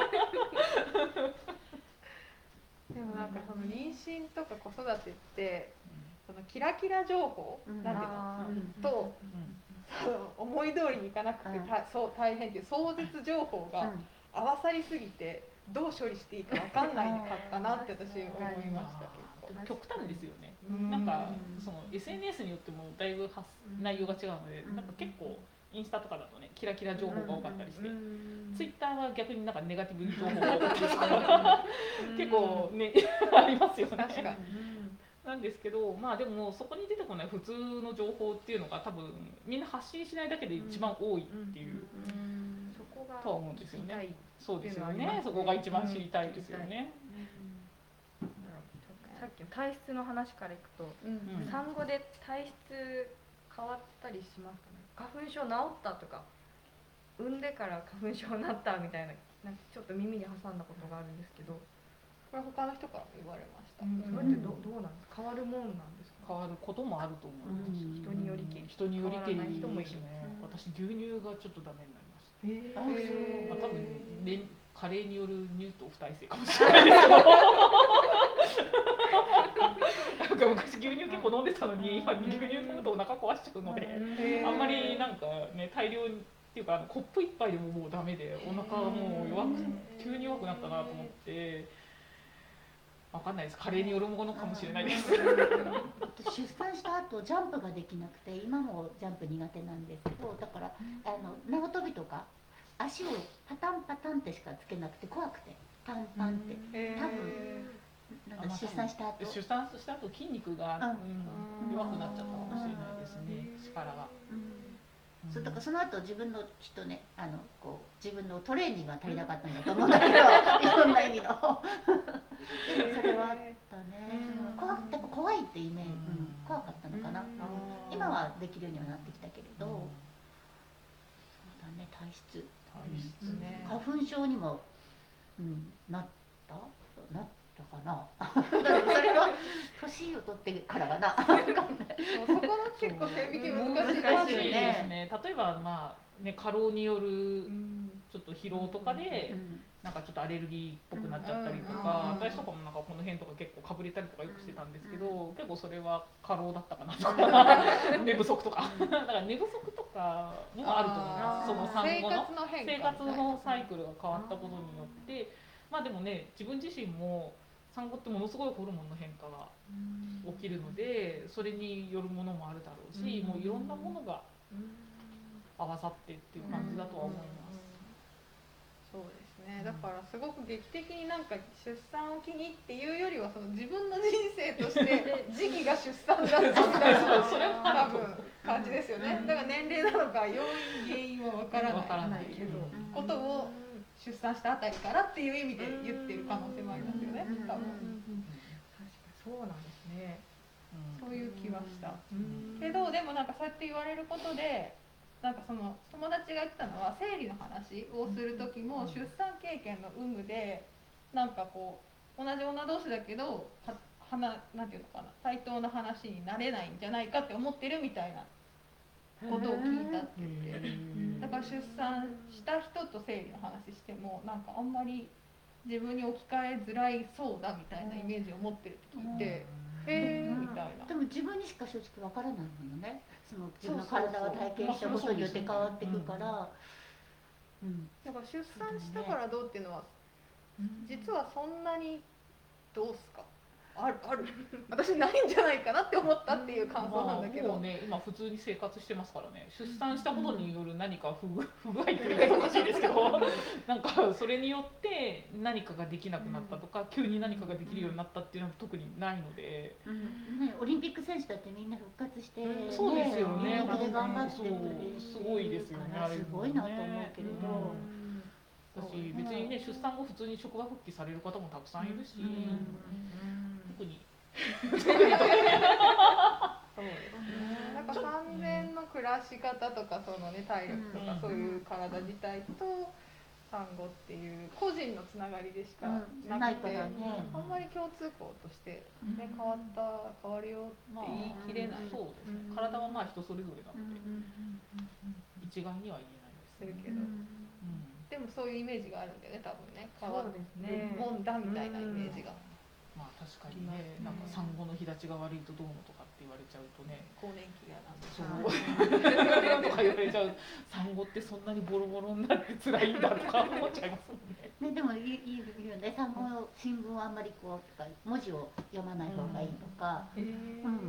[SPEAKER 1] でもなんかその妊娠とか子育てってそのキラキラ情報、
[SPEAKER 3] うん
[SPEAKER 1] なんていうの
[SPEAKER 4] あー
[SPEAKER 1] と
[SPEAKER 2] うん
[SPEAKER 1] その思い通りにいかなくて、
[SPEAKER 3] うん
[SPEAKER 1] たそう大変っていう壮絶情報が合わさりすぎてどう処理していいか分かんないかったなって私思いました結構。
[SPEAKER 2] 極端ですよね。
[SPEAKER 1] うん
[SPEAKER 2] なんかその エスエヌエス によってもだいぶ発内容が違うので、なんか結構インスタとかだとねキラキラ情報が多かったりして、ツイッターは逆になんかネガティブ情報が多かったりとか結構ねありますよね。
[SPEAKER 1] 確かに
[SPEAKER 2] なんですけど、まあでもそこに出てこない普通の情報っていうのが多分みんな発信しないだけで一番多いっていう
[SPEAKER 4] そこが
[SPEAKER 2] とは思うんですよね。
[SPEAKER 4] 聞きたい。
[SPEAKER 2] そうですよ
[SPEAKER 4] っていうのはありますね
[SPEAKER 2] ね。そこが一番知りたいですよね。
[SPEAKER 4] さっきの体質の話からいくと、
[SPEAKER 1] うん
[SPEAKER 2] うん
[SPEAKER 4] 産後で体質変わったりしますかね。花粉症治ったとか、産んでから花粉症になったみたいな、なんかちょっと耳に挟んだことがあるんですけど、
[SPEAKER 1] これ他の人からも言われました。
[SPEAKER 4] それってどどうなんですか。変わるもんなんですか。
[SPEAKER 2] 変わることもあると思います。
[SPEAKER 4] 人によりけり。
[SPEAKER 2] 人によりけり
[SPEAKER 4] 変わらない人もいる
[SPEAKER 2] ですね。私牛乳がちょっとダメになりました。
[SPEAKER 4] へ
[SPEAKER 3] あ
[SPEAKER 1] へー
[SPEAKER 2] まあ、多分ね加齢による乳糖不耐性かもしれないですけど。なんか昔牛乳結構飲んでたのに今牛乳飲むとお腹壊しちゃうので、
[SPEAKER 1] へー
[SPEAKER 2] あんまりなんかね大量にっていうかあのコップ一杯でももうダメでお腹がもう弱く急に弱くなったなと思って。わかんないです。加齢によるものかもしれないです。
[SPEAKER 3] 出産した後ジャンプができなくて今もジャンプ苦手なんですけど、だからあの縄跳びとか足をパタンパタンってしかつけなくて怖くてパンパンって
[SPEAKER 1] へー
[SPEAKER 3] 多分なんか出産した後
[SPEAKER 2] 出産した後筋肉が、
[SPEAKER 3] うん
[SPEAKER 2] うん、弱くなっちゃったかもしれないですね。力が。
[SPEAKER 3] そうだからその後自分のきっとねあのこう自分のトレーニングが足りなかったんだと思うんだけどいろんな意味のでもそれはあったね、
[SPEAKER 1] うん
[SPEAKER 3] 怖くて怖いってイメージ、
[SPEAKER 2] うん
[SPEAKER 3] うん怖かったのかな、
[SPEAKER 1] あー
[SPEAKER 3] 今はできるようにはなってきたけれど、
[SPEAKER 2] うん
[SPEAKER 3] そうだね体質
[SPEAKER 2] 体質ね。
[SPEAKER 1] うん
[SPEAKER 3] 花粉症にも、うん、なったなったかなそれは年を取ってからかな
[SPEAKER 1] そうそこの結構線引き難しい
[SPEAKER 3] 難しい
[SPEAKER 2] 難しい
[SPEAKER 3] よね
[SPEAKER 2] ですね。例えばまあね過労によるちょっと疲労とかで、
[SPEAKER 3] うん
[SPEAKER 2] なんかちょっとアレルギーっぽくなっちゃったりと
[SPEAKER 1] うん
[SPEAKER 2] か、
[SPEAKER 1] うん
[SPEAKER 2] 私とかもなんかこの辺とか結構かぶれたりとかよくしてたんですけど、結構それは過労だったかなとか寝不足とかだから寝不足とかもあると思います。その産後の
[SPEAKER 1] 生活の変化
[SPEAKER 2] 生活のサイクルが変わったことによってまあでもね自分自身も産後ってものすごいホルモンの変化が起きるのでそれによるものもあるだろうし、もういろんなものが合わさってっていう感じだとは思います。
[SPEAKER 1] そうですね、だからすごく劇的になんか出産を機にっていうよりはその自分の人生として時期が出産だったみたいな
[SPEAKER 2] それはあると思う
[SPEAKER 1] 多分感じですよね。だから年齢なのか要因原因は分から
[SPEAKER 2] わからない
[SPEAKER 1] ないけどことを出産したあたりからっていう意味で言ってる可能性もありますよね多分。
[SPEAKER 4] そうなんですね。
[SPEAKER 2] うん
[SPEAKER 1] そういう気はした
[SPEAKER 4] うん
[SPEAKER 1] けど、でもなんかそうやって言われることでなんかその友達が言ってたのは、生理の話をする時も出産経験の有無でなんかこう同じ女同士だけどははななんていうのかな、対等な話になれないんじゃないかって思ってるみたいなことを聞いたって言って、だから出産した人と生理の話してもなんかあんまり自分に置き換えづらいそうだみたいなイメージを持ってるって聞いて、へえみたいな。
[SPEAKER 3] でも自分にしか正直わからないものね。その自分の体は体験したことによって変わっていくから。うん。
[SPEAKER 1] だから出産したからどうっていうのは実はそんなにどうすか、あるある私ないんじゃないかなって思ったっていう感想なんだけど、
[SPEAKER 2] まあ、もうね今普通に生活してますからね。出産したことによる何か不具不具合っていうか楽しいですけどなんかそれによって何かができなくなったとか、急に何かができるようになったっていうのは特にないので、
[SPEAKER 3] うんね、オリンピック選手だってみんな復活して、ね、
[SPEAKER 2] そうですよね。
[SPEAKER 3] 本当に頑張ってくれ
[SPEAKER 2] そうすごいですよね。あれ
[SPEAKER 3] すごいなと思うけれど、
[SPEAKER 2] だし別にね出産後普通に職場復帰される方もたくさんいるし、特に
[SPEAKER 1] そうですね。なんか産前の暮らし方とかそのね体力とかそういう体自体と産後っていう個人のつながりでしかなくて、あんまり共通項としてね変わった変わるよって言い切れない。
[SPEAKER 2] そうですね。体はまあ人それぞれなので一概には言えないです
[SPEAKER 1] けど、でもそういうイメージがあるんだよね多分ね。変わるもんだみたいなイメージが。
[SPEAKER 2] まあ確かにね、なんか産後の日立ちが悪いとどうのとかって言われちゃうとね、
[SPEAKER 1] 更年期がなんで
[SPEAKER 2] そうとか言われちゃう、産後ってそんなにボロボロになって辛いんだとか思っちゃいますもんね。
[SPEAKER 3] ね、でもいいよね、産後新聞はあんまりこう文字を読まない方がいいとか、うん、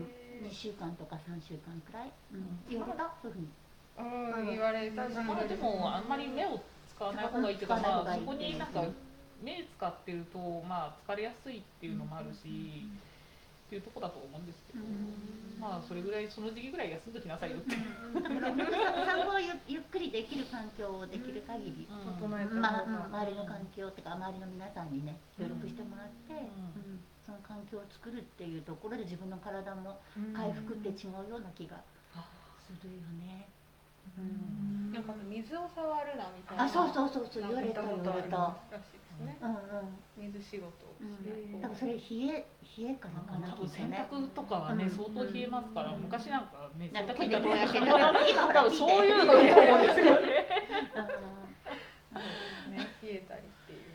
[SPEAKER 3] にしゅうかんとかさんしゅうかんくらい、うん、言われたそういうふうに。
[SPEAKER 1] うん、言われたし、
[SPEAKER 2] まあでもあんまり目を使わない方がいいっていうか、まあそこになんか目使ってるとまあ疲れやすいっていうのもあるし、っていうとこだと思うんですけど、まあそれぐらいその時期ぐらい休んどきなさいよって。
[SPEAKER 3] 産後をゆゆっくりできる環境をできる限り整えて、まあ周りの環境っていうか周りの皆さんにね協力してもらって、うんその環境を作るっていうところで自分の体も回復って違うような気がするよね。
[SPEAKER 1] なんか水を触るなみたいな。
[SPEAKER 3] あ、そうそうそうそう言われた言われた。
[SPEAKER 1] らしいですね。
[SPEAKER 3] うんうん。
[SPEAKER 1] 水仕事をして。
[SPEAKER 3] だからそれ冷え冷えかなかな。
[SPEAKER 2] 多分洗濯とかはね相当冷えますから、昔なんかね洗濯機
[SPEAKER 3] だと
[SPEAKER 2] か多分そういうのだと思うんですよね。
[SPEAKER 1] ね冷えたりっていう。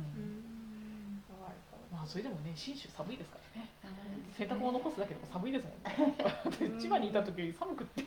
[SPEAKER 2] まあそれでもね信州寒いですからね。洗濯物干すだけでも寒いですもんね。千葉にいた時より寒くって。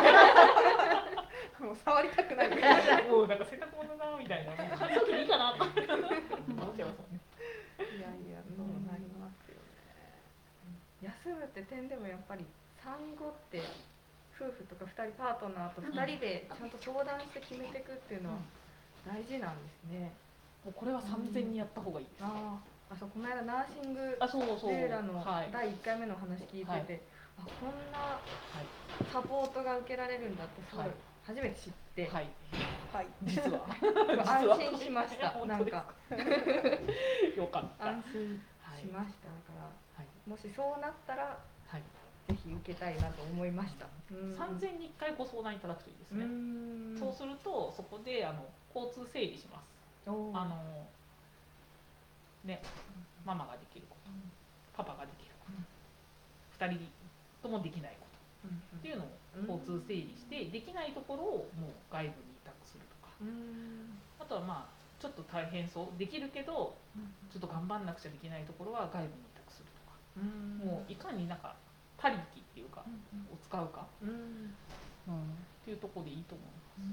[SPEAKER 1] もう触りたくない。
[SPEAKER 2] もうなんか洗濯物だみたいな。乾燥機いいかなと思っちゃいますもんね。
[SPEAKER 1] いやいやそうなりますよね。
[SPEAKER 4] 休むって点でもやっぱり産後って夫婦とかふたりパートナーとふたりでちゃんと相談して決めていくっていうのは大事なんですね。
[SPEAKER 2] もうこれは産前にやった方がいいです。
[SPEAKER 4] ああ、そうこの間ナーシング
[SPEAKER 2] あそうそう
[SPEAKER 4] デューラの
[SPEAKER 2] はい
[SPEAKER 4] だいいっかいめの話聞いてて、
[SPEAKER 2] はい
[SPEAKER 4] あこんなサポートが受けられるんだってすごい初めて知って、
[SPEAKER 2] はい
[SPEAKER 1] はい
[SPEAKER 2] 実は
[SPEAKER 4] 安心しました。なんか
[SPEAKER 2] よかった。
[SPEAKER 4] 安心しました。だから、
[SPEAKER 2] はい、
[SPEAKER 4] もしそうなったら、
[SPEAKER 2] はい、
[SPEAKER 4] ぜひ受けたいなと思いました。
[SPEAKER 2] 産前にいっかいご相談いただくといいですね。そうするとそこであの交通整理します。あのね、ママができること、パパができること、ふたりともできないことっていうのを交通整理して、できないところをもう外部に委託するとか、あとはまあちょっと大変そうできるけどちょっと頑張んなくちゃできないところは外部に委託するとか、もういかになんか他力っていうかを使うかっていうところでいいと思います。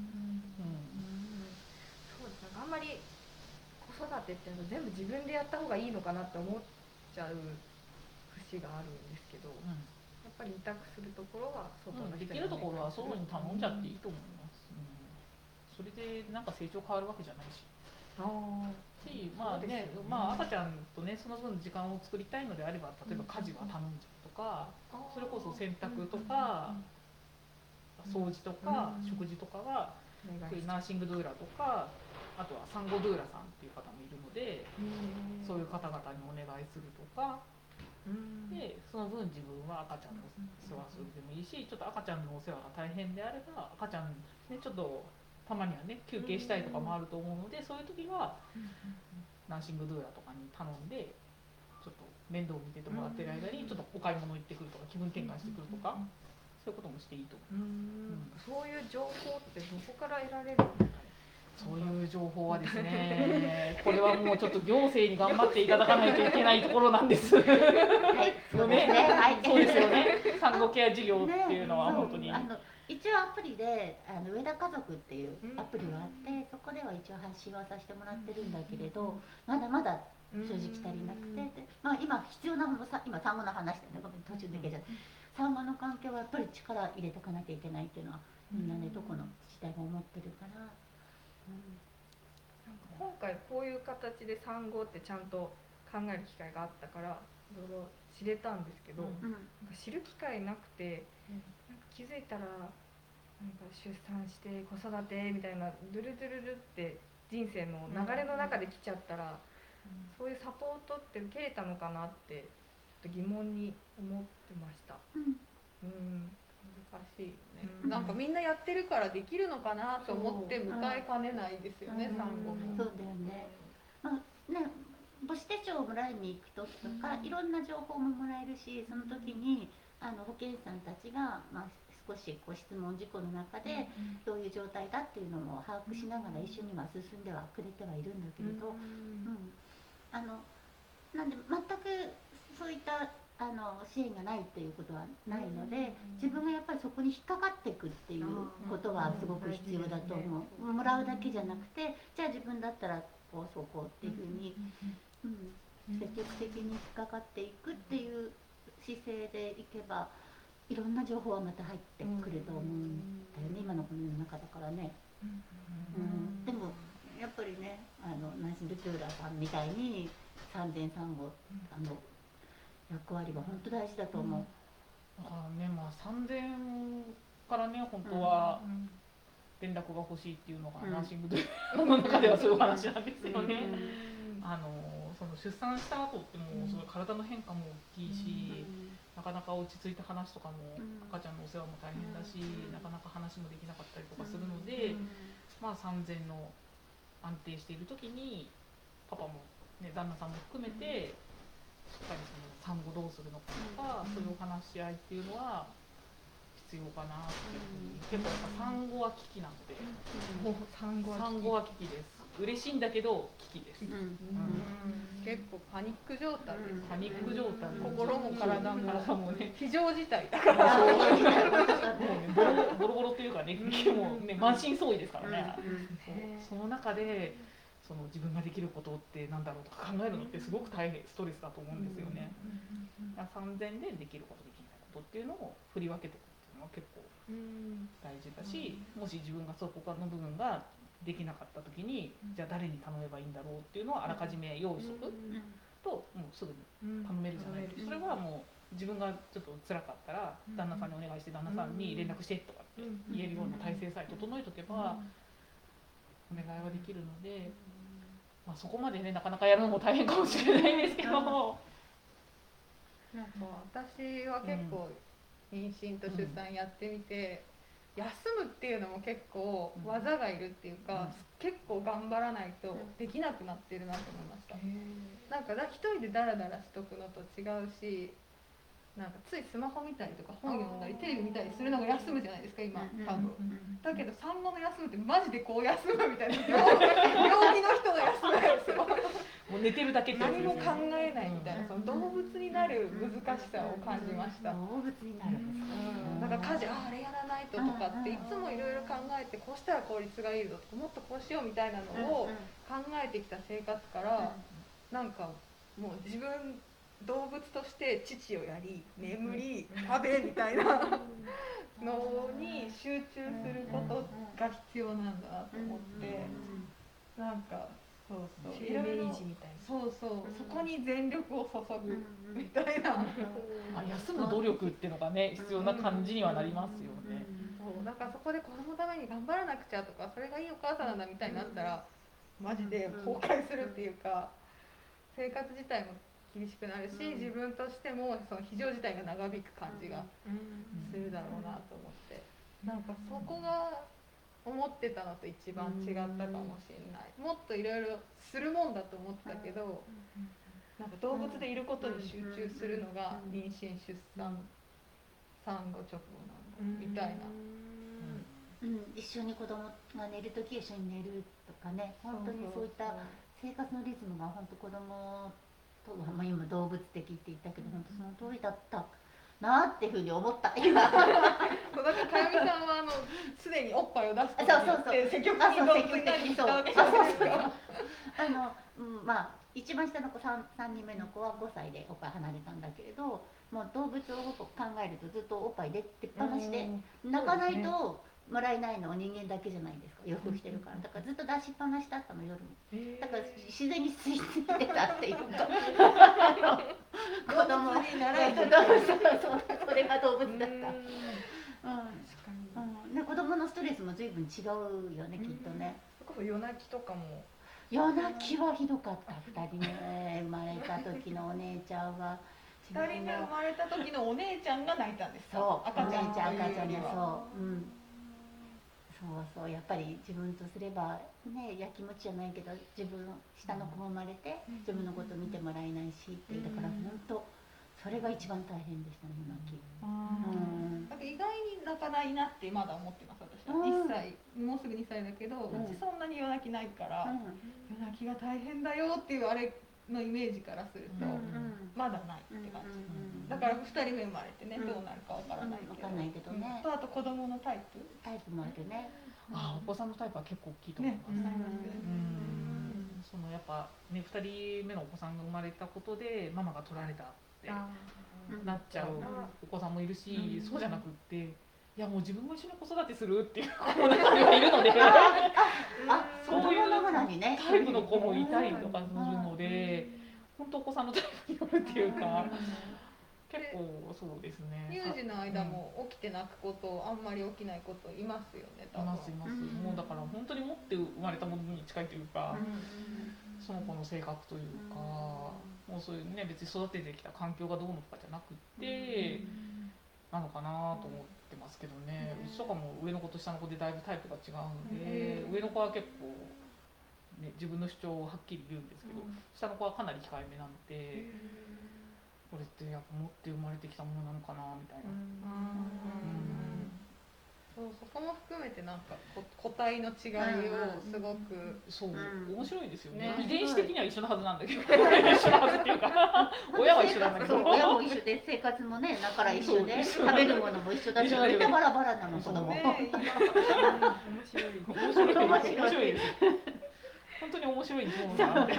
[SPEAKER 4] そうですね。あんまり子育てっていうの全部自分でやった方がいいのかなって思っちゃう節があるんですけど、やっぱり委託するところは外の人に、
[SPEAKER 2] できるところは外に頼んじゃっていいと思います。それでなんか成長変わるわけじゃないし。し、まあね、まあ赤ちゃんとねその分時間を作りたいのであれば、例えば家事は頼んじゃうとか、それこそ洗濯とか掃除とか食事とかはナーシングドゥーラとか、あとは産後ドゥーラさんっていう方もいるので、そういう方々にお願いするとか、 でその分自分は赤ちゃんの世話するでもいいし、ちょっと赤ちゃんのお世話が大変であれば赤ちゃんねちょっとたまにはね休憩したいとかもあると思うので、そういう時はナーシングドゥーラとかに頼んでちょっと面倒を見ててもらってる間にちょっとお買い物行ってくるとか気分転換してくるとか、そういうこともしていいと思う。
[SPEAKER 4] うんそういう情報ってどこから得られるんですかね。
[SPEAKER 2] そういう情報はですね、これはもうちょっと行政に頑張っていただかないといけないところなんです。はい、
[SPEAKER 3] そうですね。はい、
[SPEAKER 2] そうですよね。産後ケア事業っていうのは本当に。
[SPEAKER 3] ね、あの一応アプリであの上田家族っていうアプリがあって、そこでは一応発信はさせてもらってるんだけれど、まだまだ正直足りなくて、でまあ今必要なものさ今産後の話でね、ごめん途中抜けちゃって、産後の環境はやっぱり力入れていかなきゃいけないっていうのはみんなねどこの自治体も思ってるから。
[SPEAKER 4] 今回こういう形で産後ってちゃんと考える機会があったからいろいろ知れたんですけど、うん、なんか知る機会なくて、うん、なんか気づいたらなんか出産して子育てみたいなドゥルドゥルルって人生の流れの中で来ちゃったら、うん、そういうサポートって受けれたのかなってちょっと疑問に思ってました。うんうん
[SPEAKER 1] 難しいよね、うん、なんかみんなやってるからできるのかなと思って迎えかねないですよね、産後も。
[SPEAKER 3] そうだよね。まあね、母子手帳をもらいに行く時とか、うん、いろんな情報ももらえるし、その時にあの保健師さんたちが、まあ、少しこう質問事項の中でどういう状態だっていうのも把握しながら一緒には進んではくれてはいるんだけれど、うん、あのなんで全くそういったあの支援がないっていうことはないので、自分がやっぱりそこに引っかかっていくっていうことはすごく必要だと思う。もらうだけじゃなくて、じゃあ自分だったらこうそうこうっていうふうに、うん、積極的に引っかかっていくっていう姿勢でいけば、いろんな情報はまた入ってくると思うんだよね、今のこの世の中だからね。うん、でもやっぱりね、あのナーシングドゥーラさんみたいに産前産後あの役割が本当大事だと思う。
[SPEAKER 2] だからね、まあ産前からね本当は連絡が欲しいっていうのが、うん、ナーシングドゥーラの中ではそういう話なんですよね。うん、あのその出産した後ってもうその体の変化も大きいし、うん、なかなか落ち着いた話とかも、うん、赤ちゃんのお世話も大変だし、うん、なかなか話もできなかったりとかするので、うん、まあ産前の安定している時にパパも、ね、旦那さんも含めて、しっかりその産後どうするのかとか、うん、そういうお話し合いっていうのは必要かなっていうふうに、結構やっぱ産後は危機なので、
[SPEAKER 4] もう産後は
[SPEAKER 2] 産後は危機です。嬉しいんだけど危機です。うんうん、
[SPEAKER 1] 結構パニック状態です、ね、
[SPEAKER 2] パニック状態、
[SPEAKER 1] 心も体もね非常事態だ
[SPEAKER 2] から、もうねボロボロボロっていうかね、もうね満身創痍ですからね。その中で。その自分ができることってなんだろうとか考えるのってすごく大変ストレスだと思うんですよね。産前でできることできないことっていうのを振り分けていくっていうのは結構大事だし、もし自分がそこの部分ができなかった時にじゃあ誰に頼めばいいんだろうっていうのはあらかじめ用意しとくともうすぐに頼めるじゃないですか。それはもう自分がちょっと辛かったら旦那さんにお願いして旦那さんに連絡してとかって言えるような体制さえ整えとけばお願いはできるので。まあ、そこまでねなかなかやるのも大変かもしれないんですけど、なんか
[SPEAKER 1] 私は結構妊娠と出産やってみて、うん、休むっていうのも結構技がいるっていうか、うん、結構頑張らないとできなくなってるなと思いました。なんか一人でダラダラしとくのと違うし、なんかついスマホ見たりとか本読んだりテレビ見たりするのが休むじゃないですか今多分。だけど産後の休むってマジでこう休むみたいな病気の人の休むやつよ。
[SPEAKER 2] もう寝てるだけって
[SPEAKER 1] 何も考えないみたいな、その動物になる難しさを感じました。
[SPEAKER 3] 動物になるんですか。
[SPEAKER 1] なんか家事ああれやらないととかっていつもいろいろ考えてこうしたら効率がいいぞとかもっとこうしようみたいなのを考えてきた生活からなんかもう自分動物として父をやり眠り食べみたいなのに集中することが必要なんだなと思って、なんかそうそう
[SPEAKER 4] 生命維持みたいな、
[SPEAKER 1] そうそうそこに全力を注ぐみたいな、
[SPEAKER 2] あ休む努力っていうのがね必要な感じにはなりますよね。
[SPEAKER 1] そうだからそこで子供のために頑張らなくちゃとかそれがいいお母さんなんだみたいになったらマジで崩壊するっていうか生活自体も厳しくなるし、
[SPEAKER 3] うん
[SPEAKER 1] 自分としてもその非常事態が長引く感じがするだろうなと思って、なんかそこが思ってたのと一番違ったかもしれない。もっといろいろするもんだと思ってたけど、なんか動物でいることに集中するのが妊娠出産産後直後なんだみたいな。
[SPEAKER 3] うん、一緒に子供が寝るとき一緒に寝るとかね、本当にそういった生活のリズムが本当子供と、まあ、今動物的って言ったけど本当その通りだったなっていうふうに思った今。
[SPEAKER 1] そうだからかよみさんはあのすでにおっぱいを出すことによって積極的に動物になりに行ったわけじゃないですか。
[SPEAKER 3] あの、うん、まあ一番下の子 3, 3人目の子はごさいでおっぱい離れたんだけれど、もう動物を考えるとずっとおっぱい出てっぱなしで、泣かないともらえないのは人間だけじゃないですか、洋服着てるから。だからずっと出しっぱなしだったの、夜も。だから自然に吸い付いてたっていうか子供
[SPEAKER 1] 動物にならないと。
[SPEAKER 3] それが動物だった。
[SPEAKER 4] 確かに。
[SPEAKER 3] うん、ね、子供のストレスも随分違うよね、きっとね。
[SPEAKER 4] それこそ夜泣きとかも。
[SPEAKER 3] 夜泣きはひどかった。ふたりめ生まれた時のお姉ちゃんは。
[SPEAKER 1] ふたりめ生まれた時のお姉ちゃんが泣いたんですか。
[SPEAKER 3] そう、
[SPEAKER 1] 赤ちゃん
[SPEAKER 3] お姉ちゃん赤ちゃんで、
[SPEAKER 1] というよりは
[SPEAKER 3] そう、うん。そうそう、やっぱり自分とすればね、やきもちじゃないけど自分下の子が生まれて自分のこと見てもらえないしっていう、だから本当それが一番大変でしたね、夜泣き。
[SPEAKER 1] うんなんか意外に泣かないなってまだ思ってます、私は。
[SPEAKER 3] うん
[SPEAKER 1] いっさい、もうすぐにさいだけど、う
[SPEAKER 3] うん
[SPEAKER 1] ちそんなに夜泣きないから、
[SPEAKER 3] うん
[SPEAKER 1] 夜泣きが大変だよっていうあれのイメージからすると、
[SPEAKER 3] うん
[SPEAKER 1] まだないって感じ。
[SPEAKER 3] うん
[SPEAKER 1] だからふたりめ生まれてね、
[SPEAKER 3] うん
[SPEAKER 1] どうなるかわからないけど、
[SPEAKER 3] わかんないけどね
[SPEAKER 1] うんとあと子供のタイプ
[SPEAKER 3] タイプもあるね。
[SPEAKER 2] あお子さんのタイプは結構大きいと思います。
[SPEAKER 1] ね
[SPEAKER 2] うんそのやっぱねふたりめのお子さんが生まれたことでママが取られたってなっちゃうお子さんもいるし、
[SPEAKER 1] うん
[SPEAKER 2] そうじゃなくっていやもう自分も一緒に子育てするっていう子も中にはいるので
[SPEAKER 3] あ、
[SPEAKER 2] そういう
[SPEAKER 3] 子供ながらにね。
[SPEAKER 2] タイプの子もいたりとかするので本当お子さんのタイプによるっていうか結構そうですね。
[SPEAKER 1] 乳児の間も起きて泣くことあんまり起きないこといますよね、
[SPEAKER 2] い
[SPEAKER 1] 多分。
[SPEAKER 2] ますいます、もうだから本当に持って生まれたものに近いというか、その子の性格というか、もうそういうね別に育ててきた環境がどうのとかじゃなくってなのかなと思ってますけどね。うちとかも上の子と下の子でだいぶタイプが違うので、上の子は結構、ね、自分の主張をはっきり言うんですけど、下の子はかなり控えめなので、これってやっぱ持って生まれてきたものなのかなみたいな。
[SPEAKER 1] そうそこも含めてなんかこ個体の違いをすごく、
[SPEAKER 2] そう、
[SPEAKER 3] うん
[SPEAKER 2] 面白いですよね。
[SPEAKER 1] ね
[SPEAKER 2] 遺伝子的には一緒のはずなんだけど、一緒のはずっていうか、親は一緒なんだけど、
[SPEAKER 3] そう親も一緒で生活もね、だから一緒で
[SPEAKER 2] そう
[SPEAKER 3] 食べるものも一緒だし、
[SPEAKER 2] 一緒だけど
[SPEAKER 3] みんなバラバラなの、子
[SPEAKER 2] そう
[SPEAKER 3] 供。
[SPEAKER 1] ね、
[SPEAKER 4] 面白い。
[SPEAKER 2] 面白い面白いです。本当に面白い生き物だなって。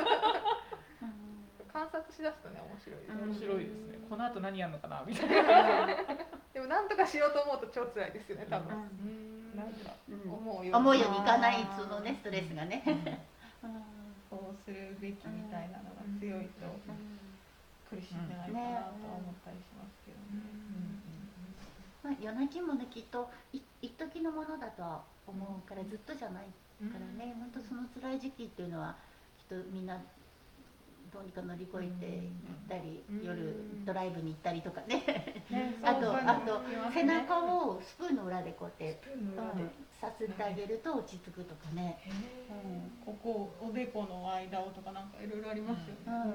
[SPEAKER 1] 観察しだすとね面白いですね。
[SPEAKER 2] 面白いですね。この後何やるのかなみたいな。
[SPEAKER 1] でもなんとかしようと思うと超辛いですよね、多分。なんか
[SPEAKER 3] うん
[SPEAKER 1] 思うように
[SPEAKER 3] 思うようにいかないそのね、ストレスがね。
[SPEAKER 1] そうするべきみたいなのが強いと苦しいんじゃないかなとは思ったりしますけどね。
[SPEAKER 3] まあ、夜泣きもね、きっとい一時のものだとは思うからずっとじゃないからね、本当その辛い時期っていうのはきっとみんなどうにか乗り越えていったり、夜ドライブに行ったりとかね。あとあと背中をスプーンの裏でこうやってさすってあげると落ち着くとかね。
[SPEAKER 1] ここおでこの間をとかなんかいろいろありますよね。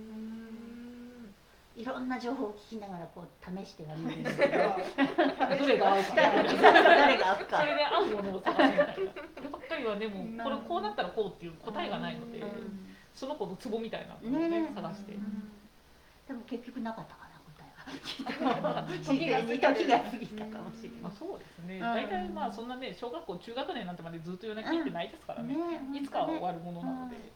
[SPEAKER 3] いろんな情報を聞きながらこう試してはみるんですけど、
[SPEAKER 2] どれが合うか。
[SPEAKER 3] 誰が合うか。
[SPEAKER 2] それで合うものを探すみたいな。ばっかりはでもこれこうなったらこうっていう答えがないので、その子のツボみたいなのをね探して。
[SPEAKER 3] でも結局なかったかな、答えは。時が過ぎた時が過ぎたかもしれない。
[SPEAKER 2] そうですね。大体まあそんなね小学校中学年なんてまでずっと夜泣きってないですからね。いつかは終わるものなので。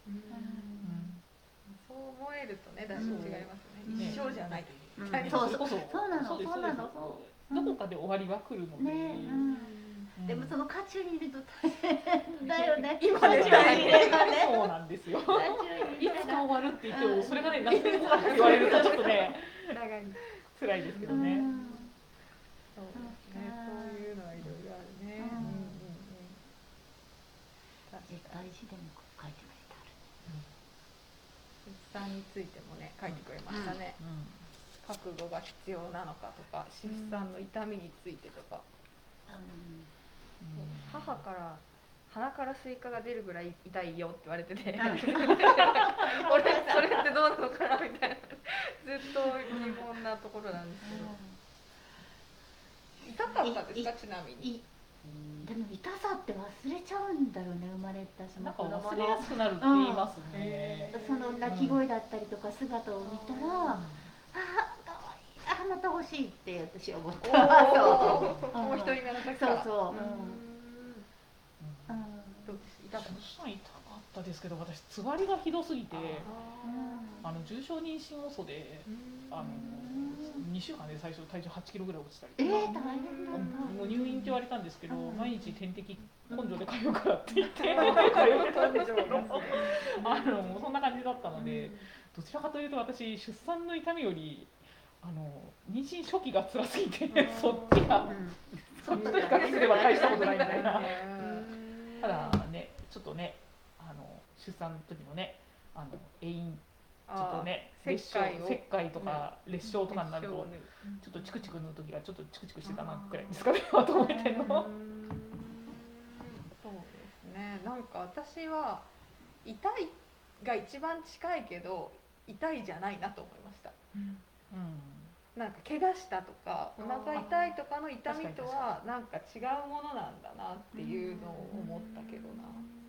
[SPEAKER 1] そう思えるとね、だいぶ違いますね。一生じゃない。
[SPEAKER 3] そうそうそうなの、そうなの。
[SPEAKER 2] どこかで終わりは来るので。
[SPEAKER 3] でもその渦中にいると大変だよね。
[SPEAKER 2] 今の時代ね。そうなんですよ。いつか終わるって言ってもそれがね何年後かって言われるとちょっとね辛いですけどね。
[SPEAKER 1] そうですね。そういうのはいろいろあるね。
[SPEAKER 3] 大事でも書いてくれてある。
[SPEAKER 1] 出産についてもね書いてくれましたね、覚悟が必要なのかとか出産の痛みについてとか、
[SPEAKER 4] 母から鼻からスイカが出るぐらい痛いよって言われてて、うん、俺それってどうなのかなみたいなずっと疑問なところなんですけど。
[SPEAKER 1] 痛かったですか？ちなみに。
[SPEAKER 3] でも痛さって忘れちゃうんだろうね、生まれたその子供の
[SPEAKER 2] 忘れやすくなるって言いますね、
[SPEAKER 3] うん、その鳴き声だったりとか姿を見たら、うん、ああかわいい、あまた欲しいって私は思った。
[SPEAKER 1] そうもう一人目の時から。
[SPEAKER 3] そうそう、
[SPEAKER 2] 痛かったですけど、私つわりがひどすぎて、あの重症妊娠遅で、あのにしゅうかんで最初体重はちキロぐらい落ちたりとか、
[SPEAKER 3] えー、大変だった。
[SPEAKER 2] もう入院って言われたんですけど、毎日点滴根性で通うからって言って通ってたんですけど、あのもうそんな感じだったので、どちらかというと私出産の痛みよりあの妊娠初期が辛すぎて、そっちが、そっちと比較すれば大したことないみたいな。ただね、ちょっとね、あの出産の時のね、あの栄陰ちょっとね、切開とか裂傷とかになると、ちょっとチクチク縫う時がちょっとチクチクしてたなくらいですかね、まとめてんの。そう
[SPEAKER 1] ですね。なんか私は痛いが一番近いけど痛いじゃないなと思いました。うん。なんか怪我したとかお腹痛いとかの痛みとはなんか違うものなんだなっていうのを思ったけどな。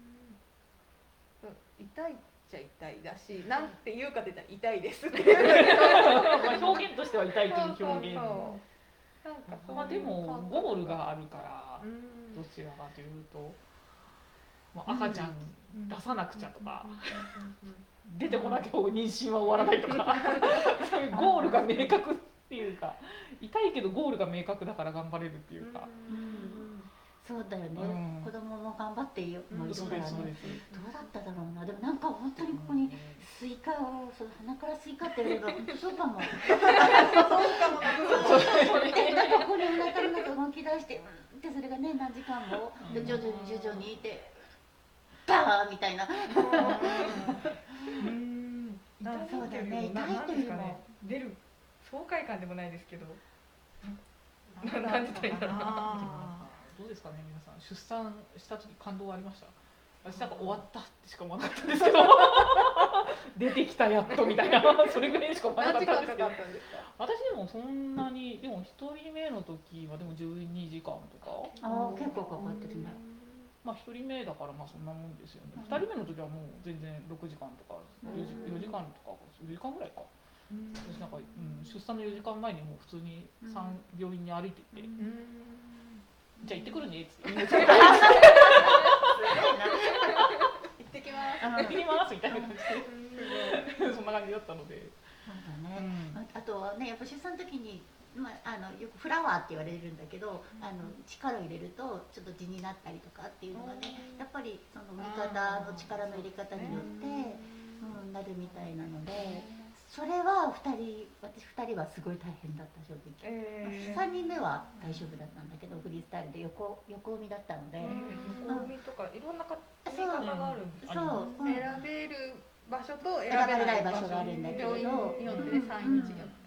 [SPEAKER 1] 痛いっちゃ痛いだし、なんて言うかって言ったら痛いですっていう
[SPEAKER 2] 表現としては痛いという表現。
[SPEAKER 1] そうそうそうなんか
[SPEAKER 2] まあでもゴールがあるからどちらかというと、まあ、赤ちゃん出さなくちゃとか、出てこなきゃ妊娠は終わらないとかそういうゴールが明確っていうか、痛いけどゴールが明確だから頑張れるっていうか。
[SPEAKER 3] そうだよね、うん、子供も頑張っているもいるからね、どうだっただろうな。でもなんか本当にここにスイカを、その鼻からスイカって言えばそうかもそうかもで、なんかここにお腹の中動き出して、うんってそれがね何時間もで徐々に徐々にいてバーンみたいなそうだね、痛いというの
[SPEAKER 4] 出る爽快感でもないですけど、何て言ったらいいのかな。
[SPEAKER 2] どうですかね、皆さん出産した時感動ありました？私なんか終わったってしか思わなかったんですけど出てきたやっとみたいなそれぐらいしか思わなかったんですけど、私でもそんなに、でもひとりめの時はでもじゅうにじかんとか、
[SPEAKER 3] あ結構かかってるね。
[SPEAKER 2] まあひとりめだからまあそんなもんですよね。ふたりめの時はもう全然ろくじかんとかよじかんとかよじかんぐらいか。私なんか、うん、出産のよじかんまえにもう普通に病院に歩いてて、じゃあ行ってくるねっつって、行
[SPEAKER 1] ってきます
[SPEAKER 2] 行ってきますみたいな感じでそんな感じだったので。
[SPEAKER 3] そうだね、うん、あ, あとはね、やっぱ出産の時に、まあ、あのよくフラワーって言われるんだけど、うん、あの力を入れるとちょっと地になったりとかっていうのがね、やっぱりその見方の力の入れ方によって、うん、なるみたいなので、それはふたり、私ふたりはすごい大変だった正直、えー、さんにんめは大丈夫だったんだけど、フリースタイルで横横産みだったので、
[SPEAKER 4] 横産みとかいろんなやり方があるんです
[SPEAKER 1] か？そう、選べる場所と選
[SPEAKER 3] べない場所があるんだけど、
[SPEAKER 1] 病院によってさんいちによって、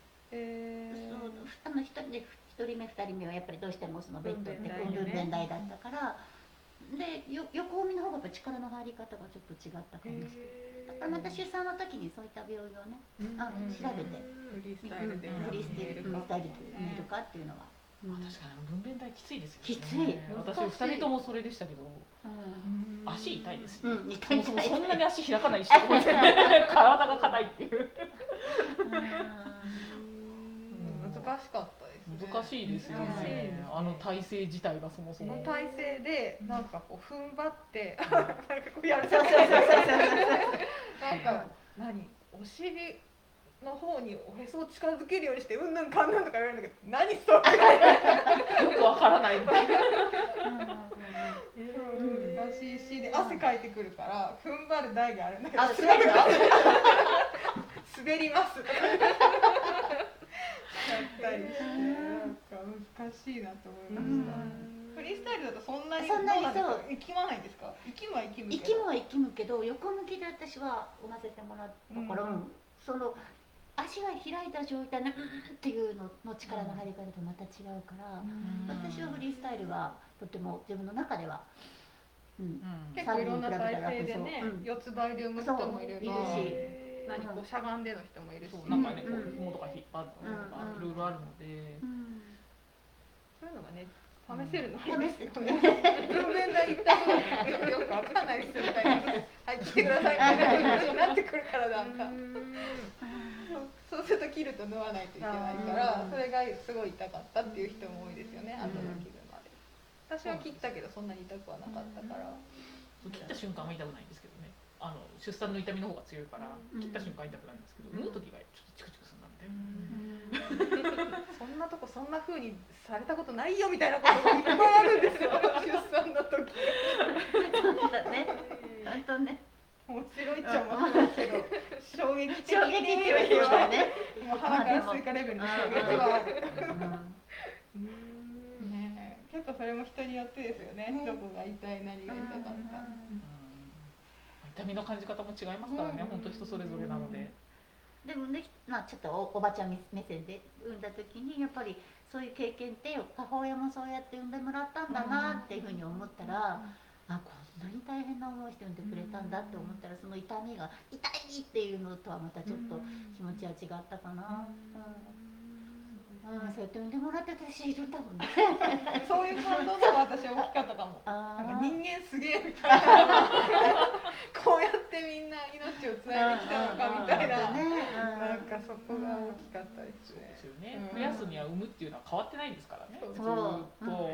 [SPEAKER 3] あのひとりめふたりめはやっぱりどうしてもそのベッドって分娩台だったから、でよ横産みの方がやっぱ力の入り方がちょっと違ったかもしれない。だからまた出産の時にそういった病院をね、あの調べて
[SPEAKER 1] フリースタイルで
[SPEAKER 3] フリースタイルで見るかっていうのは。
[SPEAKER 2] 確かに分娩台きついですよね。
[SPEAKER 3] きつい。
[SPEAKER 2] 私ふたりともそれでしたけど、足痛いですね。
[SPEAKER 3] 痛い。
[SPEAKER 2] そんなに足開かないし、体が硬いっていう。
[SPEAKER 1] 難しかったですね。
[SPEAKER 2] 難しいですよね。あの体勢自体がそもそも。
[SPEAKER 1] 体勢でなんかこう踏ん張ってなんかこう
[SPEAKER 3] やる。そうそうそうそう。
[SPEAKER 1] なんか何お尻の方におへそを近づけるようにしてうんぬんかんぬんとか言われるんだけど、何それ
[SPEAKER 2] よくわからないみたいな。
[SPEAKER 1] 難しいし、で汗かいてくるから踏ん張る台があるんだけど、滑りますとかやったりして、なんか難しいなと思いました。フリースタイルだとそんなに
[SPEAKER 3] そんなにそう
[SPEAKER 1] 生きまないんですか？生きむは生きむ
[SPEAKER 3] けど、生きむは生きむけど、横向きで私は産ませてもらったから、 その足が開いた状態でうんっていうのの力の入り方とまた違うから、私はフリースタイルはとても自分の中では、うん、
[SPEAKER 1] 結構いろんな体勢でね、四つ倍で産む人もいるし、何こうしゃがんでの人もいるし、
[SPEAKER 2] なんかねこう紐とか引っ張るとかいろいろあるので、
[SPEAKER 1] そういうのがね試せるの
[SPEAKER 3] 試せる
[SPEAKER 1] 分娩台行ったことよくわかんない人みたいなはい来てくださいみたいな話になってくるからなんかそうすると切ると縫わないといけないからそれがすごい痛かったっていう人も多いですよね後の切るまで。私は切ったけどそんなに痛くはなかったから。
[SPEAKER 2] 切った瞬間は痛くないんですけどね。あの出産の痛みの方が強いから切った瞬間痛くないんですけど、縫う時がちょっとチクチクするなみたいな。
[SPEAKER 1] そんなとこそんな風にされたことないよみたいなことがいっぱいあるんですよ出産の時。
[SPEAKER 3] そうだね。本当ね。
[SPEAKER 1] 面白いっちゃ面白いけど衝撃的
[SPEAKER 3] 衝撃って言われてね。
[SPEAKER 1] もう鼻からスイカレベルの衝撃はある。ねえ結構それも人によってですよね。どこが痛い何が痛かった。
[SPEAKER 2] 痛みの感じ方も違いますからね。本当人それぞれなので。
[SPEAKER 3] でもね、まあ、ちょっと お, おばちゃん目線で産んだ時にやっぱりそういう経験って母親もそうやって産んでもらったんだなっていうふうに思ったら、あこんなに大変な思いして産んでくれたんだって思ったらその痛みが痛いっていうのとはまたちょっと気持ちは違ったかな。うん、そうやって産んでもらって私いるんだもんね。
[SPEAKER 1] そういう感動が私は大きかったかも。なんか人間すげえみたいな。こうやってみんな命をつないできたのかみたいな。なんかそこが大きかったですね。
[SPEAKER 2] そうですよね。増やすには産むっていうのは変わってないですからね。ずっと。
[SPEAKER 1] そういうのが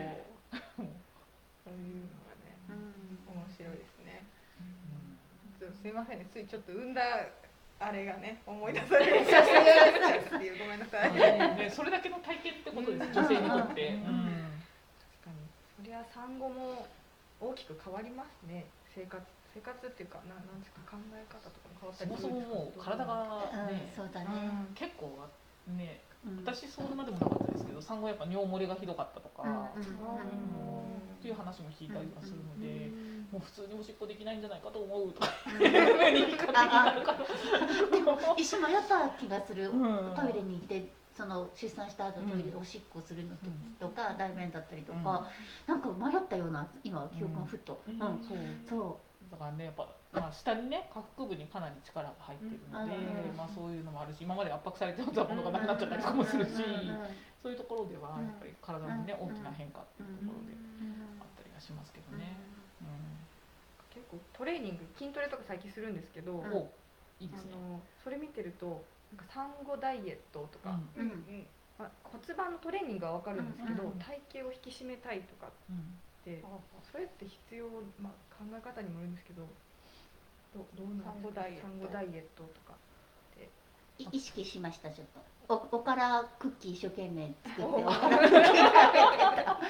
[SPEAKER 1] ね、面白いですね。すいませんね、ついちょっと産んだ。あれがね、思い出される写真が出ちゃうっていうごめんなさい。
[SPEAKER 2] ね、それだけの体験ってことです。女性にとって。
[SPEAKER 4] 確かに。そりゃ産後も大きく変わりますね。生活生活っていうかななんですか考え方とかも変わったりする。
[SPEAKER 2] そもそももう体がね、
[SPEAKER 3] そうだね。
[SPEAKER 2] 結構ね、私それまでもなかったですけど、産後やっぱ尿漏れがひどかったとか。っていう話も聞いたりはするので、もう普通におしっこできないんじゃないかと思うとかいうふうに言い方になるから。
[SPEAKER 3] でも一緒にやった気がする。トイレに行ってその出産した後トイレでおしっこするのとか大便だったりとか、なんか迷ったような今記憶がふっと。そう。
[SPEAKER 2] だからねやっぱまあ下にね下腹部にかなり力が入っているので、まあそういうのもあるし、今まで圧迫されてたものがなくなっちゃったりとかもするし、そういうところではやっぱり体のね大きな変化っていうところであったりはしますけどね。
[SPEAKER 4] 結構トレーニング筋トレとか最近するんですけど、
[SPEAKER 2] いいですね。
[SPEAKER 4] それ見てるとなんか産後ダイエットとか、まあ、骨盤のトレーニングは分かるんですけど、体型を引き締めたいとかってそれって必要、まあ、考え方にもよるんですけどどどうなんですか。産後ダイエットとかって
[SPEAKER 3] 意識しました。ちょっとおおからクッキー一生懸命作っておからクッキー食べてた。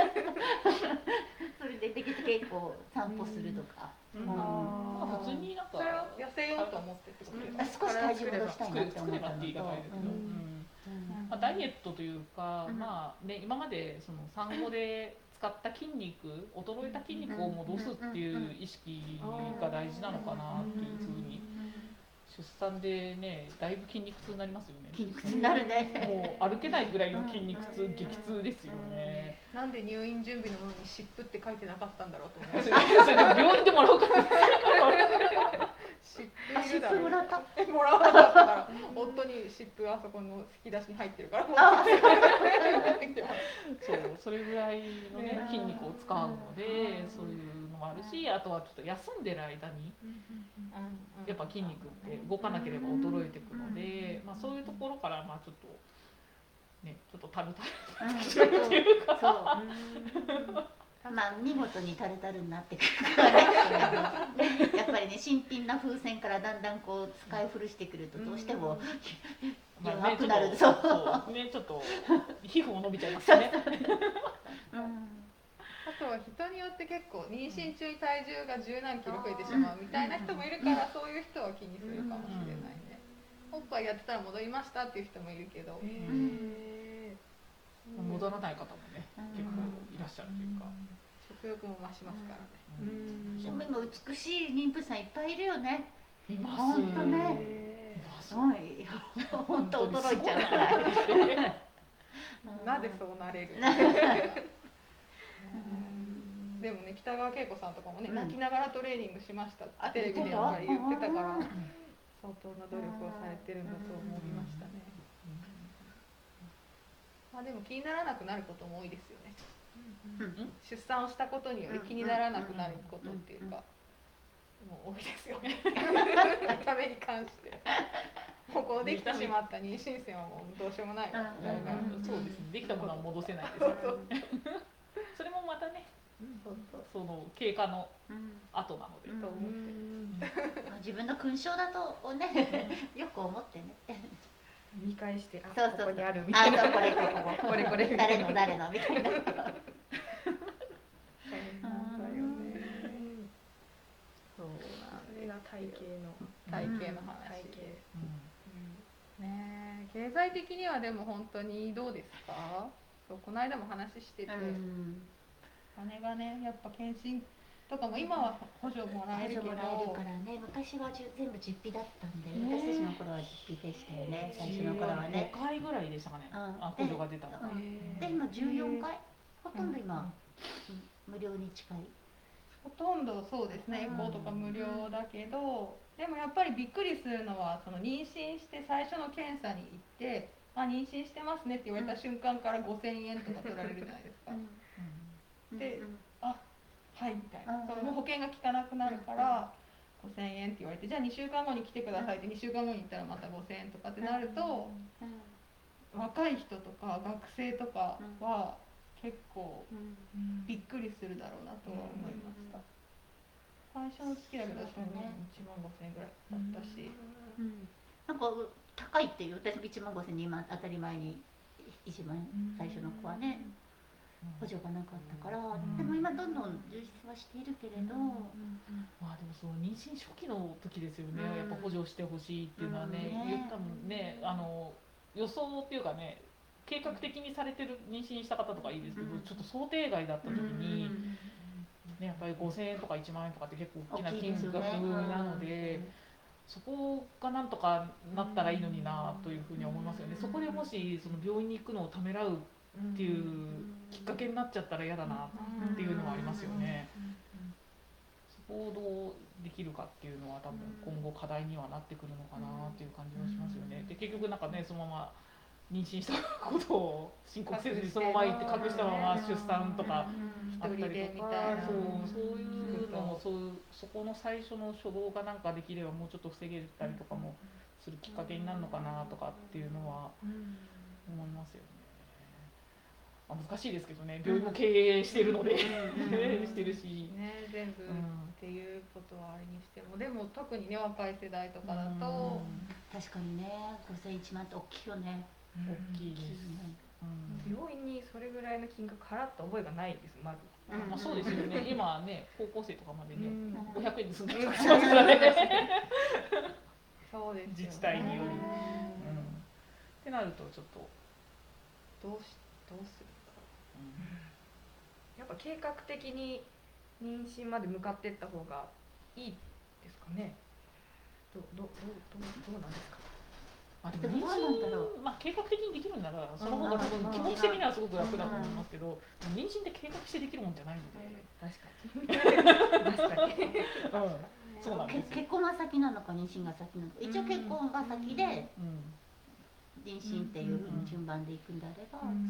[SPEAKER 3] それでできて結構散歩するとか。
[SPEAKER 2] 普通になんか
[SPEAKER 1] それを痩せようと思ってってことですか。
[SPEAKER 3] 少し体重戻したいなって思ったのと。
[SPEAKER 2] まあダイエットというか、まあね今までその産後で使った筋肉、衰えた筋肉を戻すっていう意識が大事なのかなっていうふうに。出産でね、だいぶ筋肉痛になりますよね。
[SPEAKER 3] 筋肉痛になるね。
[SPEAKER 2] もう歩けないぐらいの筋肉痛、激痛ですよね。
[SPEAKER 1] なんで入院準備のものに湿布って書いてなかったんだろうと思って。
[SPEAKER 2] それで病院でもらおうかな。
[SPEAKER 1] 湿
[SPEAKER 3] 布もらった。
[SPEAKER 1] もらわなかったから、夫に湿布あそこの引き出しに入ってるから。
[SPEAKER 2] そう、それぐらいのね筋肉を使うので、そういうのもあるし、あとはちょっと休んでる間に。やっぱ筋肉って動かなければ衰えていくので、まあそういうところからまあちょっとねちょっとタルタルっていうか、
[SPEAKER 3] まあ見事にタルタルになってくるからね。やっぱりね新品な風船からだんだんこう使い古してくるとどうしても弱くなる。
[SPEAKER 2] そうねちょっと皮膚も伸びちゃいますね。
[SPEAKER 1] あとは人によって結構妊娠中に体重が十何キロ増えてしまうみたいな人もいるから、そういう人は気にするかもしれないね。おっぱいやってたら戻りましたっていう人もいるけど、
[SPEAKER 2] 戻らない方もね結構いらっしゃるというか、
[SPEAKER 1] 食欲も増しますからね。
[SPEAKER 3] でも美しい妊婦さんいっぱいいるよね。
[SPEAKER 2] います。
[SPEAKER 3] 本当ね。 すごい本当驚いちゃうくらい
[SPEAKER 1] なぜそうなれるでもね、北川景子さんとかもね、
[SPEAKER 3] うん
[SPEAKER 1] 泣きながらトレーニングしました
[SPEAKER 3] あ
[SPEAKER 1] テレビでやっぱり言ってたから
[SPEAKER 3] うん
[SPEAKER 1] 相当な努力をされてるんだと思いましたね。まあでも気にならなくなることも多いですよね。
[SPEAKER 3] うん
[SPEAKER 1] 出産をしたことにより気にならなくなることっていうか、もう多いですよね。見た目に関して。もうこうできてしまった妊娠線はもうどうしようもないみたいな。
[SPEAKER 2] そうですね。できたものは戻せないですよね。それもまたね、その経過の後なので、
[SPEAKER 3] うん
[SPEAKER 1] と思って
[SPEAKER 3] まあ自分の勲章だとねよく思ってね
[SPEAKER 4] 見返してあ
[SPEAKER 3] そうそうそう
[SPEAKER 4] ここにあるみたいな
[SPEAKER 3] あそうこれここ
[SPEAKER 4] これこれ
[SPEAKER 3] 誰の誰のみたいな
[SPEAKER 1] そうなんだよね。そうなん
[SPEAKER 4] それが体型の
[SPEAKER 1] 体型の話
[SPEAKER 4] 体
[SPEAKER 1] で
[SPEAKER 4] 型
[SPEAKER 1] ねえ、経済的にはでも本当にどうですか？そうこの間も話してて、
[SPEAKER 3] うん
[SPEAKER 1] 金がねやっぱ検診とかも今は補助もらえるけど、
[SPEAKER 3] もらえるからね昔はじゅ全部実費だったんで、
[SPEAKER 1] ね
[SPEAKER 3] 私たちの頃は実費でしたよね最初の頃はね
[SPEAKER 2] ごかいぐらいでしたかね。
[SPEAKER 3] うん
[SPEAKER 2] あ、補助が出たのが。
[SPEAKER 3] うんで今じゅうよんかいほとんど今、うん無料に近い
[SPEAKER 1] ほとんどそうですね、エコーとか無料だけど、でもやっぱりびっくりするのはその妊娠して最初の検査に行って「あ妊娠してますね」って言われた瞬間からごせんえんとか取られるじゃないですか。で
[SPEAKER 3] うん
[SPEAKER 1] あはいみたいな、
[SPEAKER 3] うん
[SPEAKER 1] そのもう保険が効かなくなるからごせんえんって言われて、じゃあにしゅうかんごに来てくださいってにしゅうかんごに行ったらまたごせんえんとかってなると、若い人とか学生とかは結構びっくりするだろうなとは思いました。最初の月だけど確かにいちまんごせんえんぐらいだったし、
[SPEAKER 3] うんなんか高いっていう私もいちまんごせんにまん当たり前に一番最初の子はね補助がなかったから、
[SPEAKER 2] ん
[SPEAKER 3] でも今どんどん充実はしているけれど、
[SPEAKER 2] まあでもその妊娠初期の時ですよね。
[SPEAKER 3] うん
[SPEAKER 2] やっぱ補助してほしいっていうのはね、
[SPEAKER 3] うん
[SPEAKER 2] 言ったもんね、あの予想っていうかね、計画的にされてる妊娠した方とかいいですけど、
[SPEAKER 3] うん
[SPEAKER 2] ちょっと想定外だった時に、
[SPEAKER 3] うん
[SPEAKER 2] ね、やっぱりごせんえんとかいちまんえんとかって結構大きな
[SPEAKER 3] 大きい
[SPEAKER 2] 金額
[SPEAKER 3] ですよね
[SPEAKER 2] なので、そこがなんとかなったらいいのになというふうに思いますよね。そこでもしその病院に行くのをためらうっていうきっかけになっちゃったら嫌だなっていうのはありますよね。そこをどうできるかっていうのは多分今後課題にはなってくるのかなっていう感じはしますよね。で結局なんかね、そのまま妊娠したことを申告せずにそのまま行って隠したまま出産とかあったりとか、そうそういうのもそういうそこの最初の初動がなんかできればもうちょっと防げたりとかもするきっかけになるのかなとかっていうのは思いますよね。まあ、難しいですけどね、病院も経営してるのでしてるし、
[SPEAKER 1] ね、全部っていうことはあれにしても、でも特にね若い世代とかだと、
[SPEAKER 3] 確かにねごせんいちまんって大きいよね。
[SPEAKER 2] 大きいです。
[SPEAKER 4] 病院にそれぐらいの金額払った覚えがないですまず。
[SPEAKER 2] まあそうですよね。今はね高校生とかまでねごひゃくえんで済んだりとかし
[SPEAKER 1] そう
[SPEAKER 2] ますからね。
[SPEAKER 1] そうですよね、
[SPEAKER 2] 自治体により。ってなるとちょっと
[SPEAKER 1] どうしどうするか、
[SPEAKER 4] やっぱ計画的に妊娠まで向かっていった方がいいですかね。どどどどどうなんですか。
[SPEAKER 2] まあでも妊娠、まあ計画的にできるんならその方が多分気持ち的にはすごく楽だと思いますけど、妊娠って計画してできるもんじゃないので。
[SPEAKER 4] 確かに。確かに。
[SPEAKER 2] うん、そうなんですよ。
[SPEAKER 3] 結婚が先なのか妊娠が先なのか、一応結婚が先で
[SPEAKER 2] うん
[SPEAKER 3] 妊娠っていうふうに順番でいくんであれば、だね。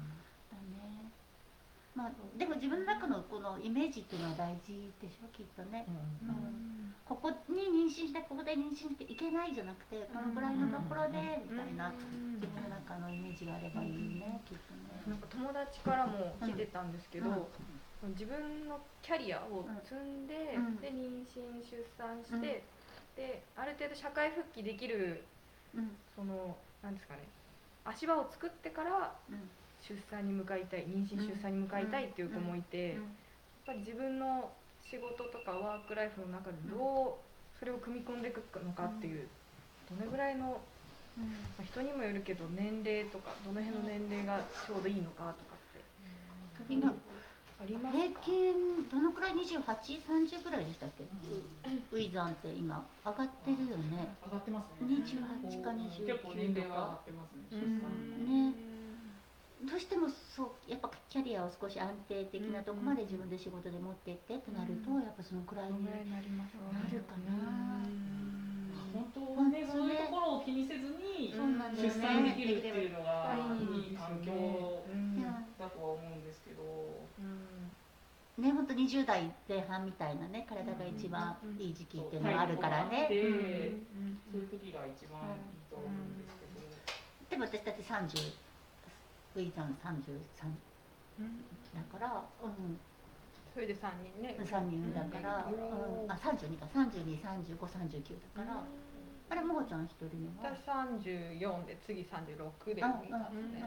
[SPEAKER 3] まあでも自分の中のこのイメージっていうのは大事でしょきっとね。ここに妊娠してここで妊娠していけないじゃなくてこのぐらいのところでみたいな自分の中のイメージがあればいいねきっとね。
[SPEAKER 4] なんか友達からも聞いてたんですけど、自分のキャリアを積んで、で妊娠出産して、である程度社会復帰できる、そのなんですかね、足場を作ってから出産に向かいたい、妊娠出産に向かいたいっていう子もいて、やっぱり自分の仕事とかワークライフの中でどうそれを組み込んでいくのかっていう、どれぐらいの、まあ、人にもよるけど年齢とかどの辺の年齢がちょうどいいのかとかって。
[SPEAKER 3] 今
[SPEAKER 4] あります
[SPEAKER 3] 平
[SPEAKER 4] か？
[SPEAKER 3] 均どのくらいにじゅうはち、さんじゅうぐらいでしたっけ？ウィザンって今上がってるよね。
[SPEAKER 2] 上がってますね。
[SPEAKER 3] にじゅうはちかにじゅうきゅうとか
[SPEAKER 2] 結構年齢は上がってますね。
[SPEAKER 3] ね。どうしてもそうやっぱキャリアを少し安定的なとこまで自分で仕事で持ってってってなると、やっぱそのくらいにな
[SPEAKER 4] なります
[SPEAKER 3] るかな。
[SPEAKER 2] 本当はね、そういうところを気にせずに出産できるっていうのがいい環境だとは思うんですけど、
[SPEAKER 3] ね、本当にじゅう代前半みたいなね、体が一番いい時期っていうのがあるからね。
[SPEAKER 2] そういう時が一番いいと思うんですけど。
[SPEAKER 3] でも私だってさんじゅう、ウィザンさんじゅうさんだから、うん。
[SPEAKER 1] それでさんにんね。
[SPEAKER 3] さんにんだから、うん、あ、さんじゅうにか、さんじゅうに、さんじゅうご、さんじゅうきゅうだから、あれ、もごちゃん一人目は
[SPEAKER 1] 私さんじゅうよんで、次さんじゅうろくで産みますね。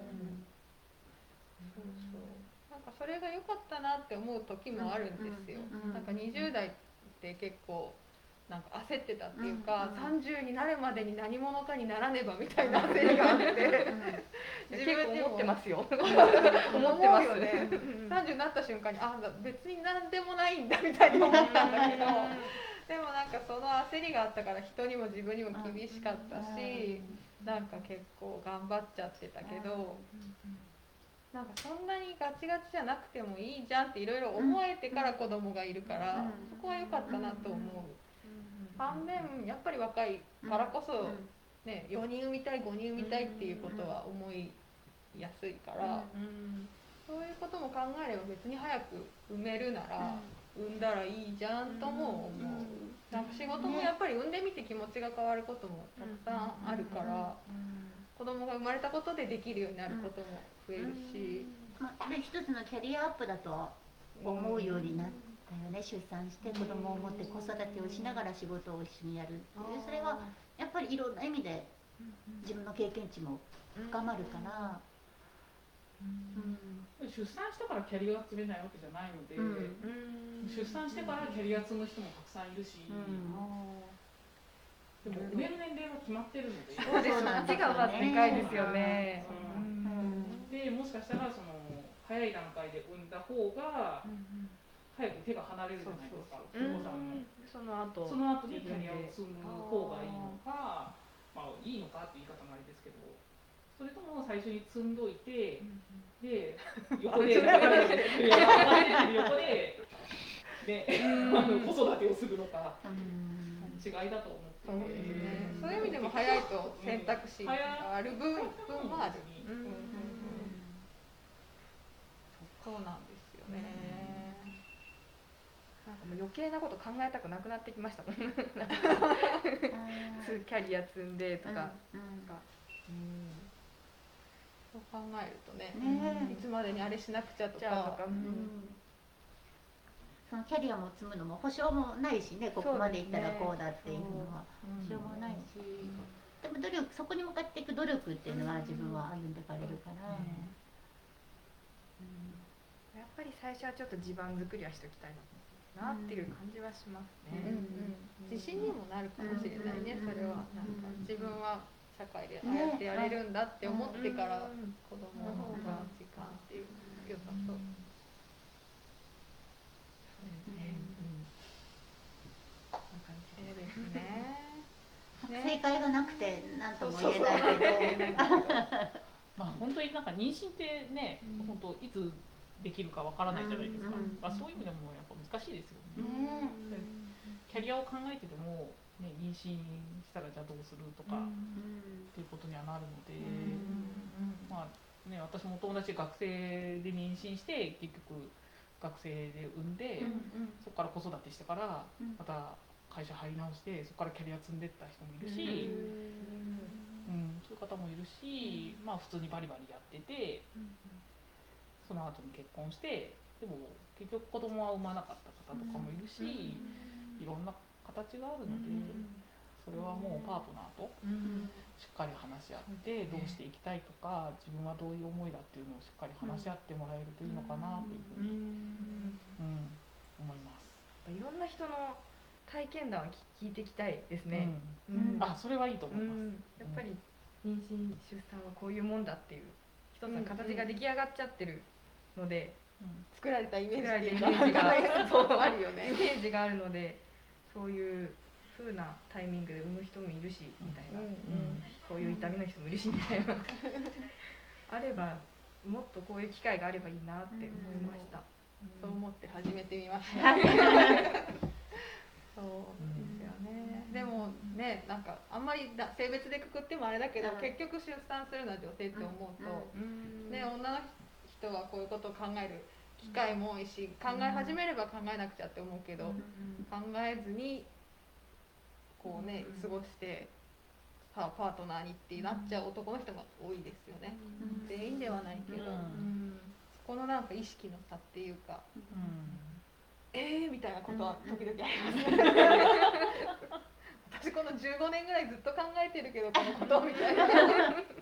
[SPEAKER 1] そうそう。なんかそれが良かったなって思う時もあるんですよ。なんかにじゅう代って結構なんか焦ってたっていうか、さんじゅうになるまでに何者かにならねばみたいな焦りがあって、
[SPEAKER 4] 自分で思ってますよ。
[SPEAKER 1] 思ってますよね。さんじゅうになった瞬間に、あ、別に何でもないんだみたいに思ったんだけど、でもなんかその焦りがあったから人にも自分にも厳しかったし、なんか結構頑張っちゃってたけど、なんかそんなにガチガチじゃなくてもいいじゃんっていろいろ思えてから子供がいるから、そこは良かったなと思う。反面やっぱり若いからこそ、ね、よにん産みたいごにん産みたいっていうことは思いやすいから、そういうことも考えれば別に早く産めるなら産んだらいいじゃんとも思う。なんか仕事もやっぱり産んでみて気持ちが変わることもたくさんあるから、子供が生まれたことでできるようになることも増えるし、
[SPEAKER 3] まあ、で一つのキャリアアップだと思うようになったよね。出産して子供を持って子育てをしながら仕事を一緒にやるっていう、それはやっぱりいろんな意味で自分の経験値も深まるから、
[SPEAKER 2] うん、出産してからキャリアが積めないわけじゃないので、うん、出産してからキャリア積む人もたくさんいるし、うん、でも産める年齢は決まってるので、
[SPEAKER 4] そうですね、時間がでかいですよね。
[SPEAKER 2] でもしかしたらその早い段階で産んだ方が早く手が離れるじゃないですか、お子さんの。
[SPEAKER 4] その後
[SPEAKER 2] その後にキャリアを積む方がいいのか、まあいいのかって言い方もあれですけど、それとも最初に積んどいて、で横で横でね、子育てをするのか違いだと思って。
[SPEAKER 1] そうですね。そういう意味でも早いと選択肢がある分分はある。そうなんですよね。
[SPEAKER 4] なんかもう余計なこと考えたくなくなってきましたもん。キャリア積んでとか。
[SPEAKER 1] そう考えるとね、ねいつまでにあれしなくちゃとか、うん、
[SPEAKER 3] そのキャリアも積むのも保証もないしね、ここまでいったらこうだっていうのは保証もないし、でも努力、そこに向かっていく努力っていうのは自分は歩んでいかれるから、
[SPEAKER 4] やっぱり最初はちょっと地盤作りはしておきたいなっていう感じはしますね。
[SPEAKER 1] 自信にもなるかもしれないね、それは。なんか自分は社会でああやってやれるんだって思ってから子供の方が時間っていう良さそう。そうですね。
[SPEAKER 3] 正解がなくて何とも言えないけど、
[SPEAKER 2] まあ本当になんか妊娠ってね、本当いつできるかわからないじゃないですか。まあそういう意味でもやっぱ難しいですよね。キャリアを考えてても。ね、妊娠したらじゃあどうするとか、うん、っていうことにはなるので、まあね、私も友達学生で妊娠して結局学生で産んで、うんうん、そこから子育てしてからまた会社入り直してそこからキャリア積んでった人もいるし、うんうん、そういう方もいるし、まあ普通にバリバリやってて、その後に結婚してでも結局子供は産まなかった方とかもいるし、いろんな形があるので、それはもうパートナーとしっかり話し合ってどうしていきたいとか、自分はどういう思いだっていうのをしっかり話し合ってもらえるといいのかなというふうに、うん思います。
[SPEAKER 4] いろんな人の体験談を聞いていきたいですね。
[SPEAKER 2] うんうん、あ、それはいいと思います。
[SPEAKER 4] やっぱり妊娠出産はこういうもんだっていう一つの形が出来上がっちゃってるので、
[SPEAKER 1] 作られたイメージっていう
[SPEAKER 4] 作られたイメージが
[SPEAKER 1] そうあるよね
[SPEAKER 4] イメージがあるので、そういう風なタイミングで産む人もいるしみたいな、
[SPEAKER 1] うんうん
[SPEAKER 4] そういう痛みの人もいるしみたいなあればもっとこういう機会があればいいなって思いました。
[SPEAKER 1] そう思って始めてみましたそうですよね。でもね、なんかあんまりだ性別でくくってもあれだけど、
[SPEAKER 3] うん
[SPEAKER 1] 結局出産するのは女性って思うと、
[SPEAKER 4] うん
[SPEAKER 1] ね、女の人はこういうことを考える機会も多いし、考え始めれば考えなくちゃって思うけど、考えずにこうね過ごしてパパートナーにってなっちゃう男の人が多いですよね。全員ではないけど、
[SPEAKER 2] うん
[SPEAKER 4] うん
[SPEAKER 1] そこのなんか意識の差っていうか、
[SPEAKER 2] うん
[SPEAKER 1] えーみたいなことは時々ありますね。私このじゅうごねんぐらいずっと考えてるけどこのことみたいな。なんかね、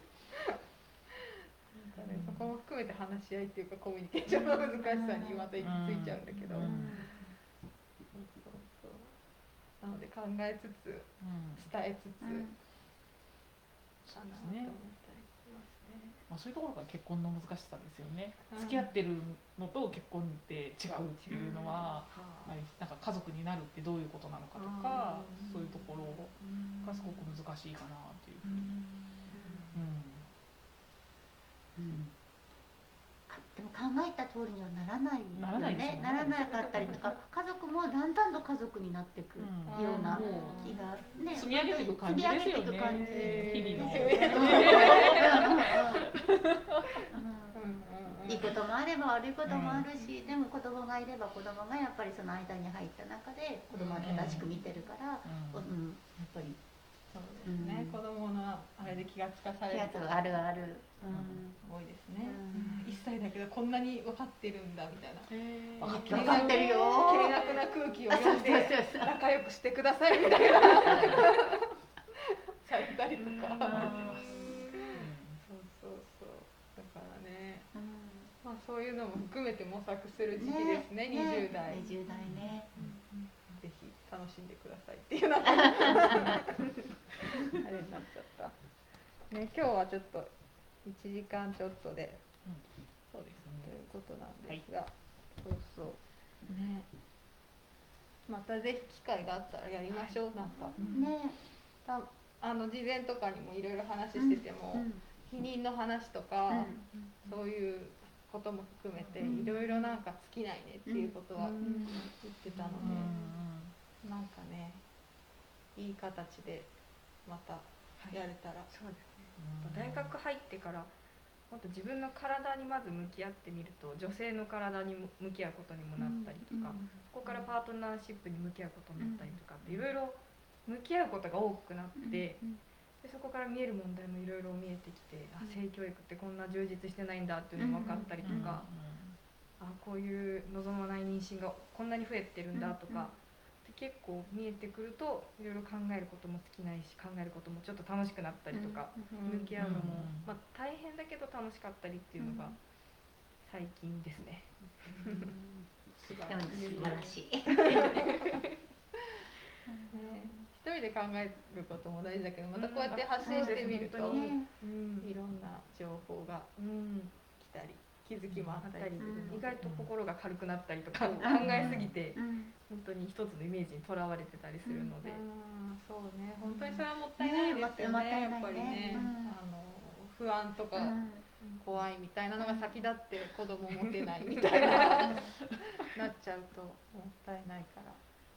[SPEAKER 1] そこも含めて話し合いっていうかコミュニケーションの難しさにまた行き着いちゃうんだけど、
[SPEAKER 2] うん
[SPEAKER 1] そうそうそうなので考えつつ
[SPEAKER 2] うん
[SPEAKER 1] 伝えつつ、
[SPEAKER 2] そう
[SPEAKER 1] かな
[SPEAKER 2] ですね。
[SPEAKER 1] と思ったりしますね。
[SPEAKER 2] まあそういうところが結婚の難しさですよね。
[SPEAKER 1] うん
[SPEAKER 2] 付き合ってるのと結婚って違うっていうのは、やはりなんか家族になるってどういうことなのかとか、そういうところがすごく難しいかなっていうふうに。うん
[SPEAKER 3] でも考えた通りにはならないよね。
[SPEAKER 2] ならないですよね
[SPEAKER 3] ならなかったりとか、家族もだんだんと家族になっていく
[SPEAKER 2] うん
[SPEAKER 3] ような
[SPEAKER 2] も
[SPEAKER 3] 気がね。
[SPEAKER 2] 積み上げていく感じですよね
[SPEAKER 3] 積み上げていく感じ
[SPEAKER 2] 日々の
[SPEAKER 3] いいこともあれば悪いこともあるし、でも子供がいれば子供がやっぱりその間に入った中で子供は正しく見てるから、
[SPEAKER 2] うん
[SPEAKER 3] うん、やっぱり
[SPEAKER 1] そうですね。子供のあれで気がつかされること
[SPEAKER 3] やつがあるある。うん
[SPEAKER 1] 多いですね。
[SPEAKER 3] うん
[SPEAKER 1] いっさいだけどこんなに分かってるんだみたいな。
[SPEAKER 2] 分かって
[SPEAKER 3] 分かってるよ
[SPEAKER 1] 切れなくな空気を読んで
[SPEAKER 3] あそうそうそう
[SPEAKER 1] 仲良くしてくださいみたいな。されたりとか。そうそうそう。だからね、まあそういうのも含めて模索する時期ですね。にじゅう代。
[SPEAKER 3] にじゅう代ね。
[SPEAKER 1] ぜひ楽しんでくださいっていうのがあれになっちゃった。ね、今日はちょっといちじかんちょっとで、
[SPEAKER 2] そうです
[SPEAKER 1] とい
[SPEAKER 2] ね。
[SPEAKER 1] うことなんですが、そうそうね。またぜひ機会があったらやりましょう。なんか、
[SPEAKER 3] ね。
[SPEAKER 1] たあの事前とかにもいろいろ話してても、避妊の話とか、そういうことも含めていろいろなんか尽きないねっていうことは言ってたので、なんかね、いい形でまたやれたら。
[SPEAKER 4] そうですね。大学入ってからもっと自分の体にまず向き合ってみると女性の体に向き合うことにもなったりとか、そこからパートナーシップに向き合うことになったりとかっていろいろ向き合うことが多くなって、でそこから見える問題もいろいろ見えてきて、あ、性教育ってこんな充実してないんだっていうのも分かったりとか、あ、こういう望まない妊娠がこんなに増えてるんだとか、結構見えてくるといろいろ考えることも尽きないし、考えることもちょっと楽しくなったりとか、向き合うのも、まあ、大変だけど楽しかったりっていうのが最近ですね。
[SPEAKER 3] 素晴らしい。
[SPEAKER 1] ね、一人で考えることも大事だけど、またこうやって発信してみると、
[SPEAKER 4] うん
[SPEAKER 1] い
[SPEAKER 4] うん
[SPEAKER 1] ろんな情報が
[SPEAKER 4] うん
[SPEAKER 1] 来たり気づきもあ
[SPEAKER 4] あったり、
[SPEAKER 1] ったりするので、
[SPEAKER 4] 意外と心が軽くなったりとか、
[SPEAKER 1] うん
[SPEAKER 4] 考えすぎて
[SPEAKER 3] うん
[SPEAKER 4] 本当に一つのイメージにとらわれてたりするので、
[SPEAKER 1] うんそうね、本当にそれはもったいないですよね、
[SPEAKER 3] ねもったいないね
[SPEAKER 1] やっぱりね、
[SPEAKER 3] うん
[SPEAKER 1] あの不安とか
[SPEAKER 3] うん
[SPEAKER 1] 怖いみたいなのが先立って子供持てないみたいななっちゃうともったいないから、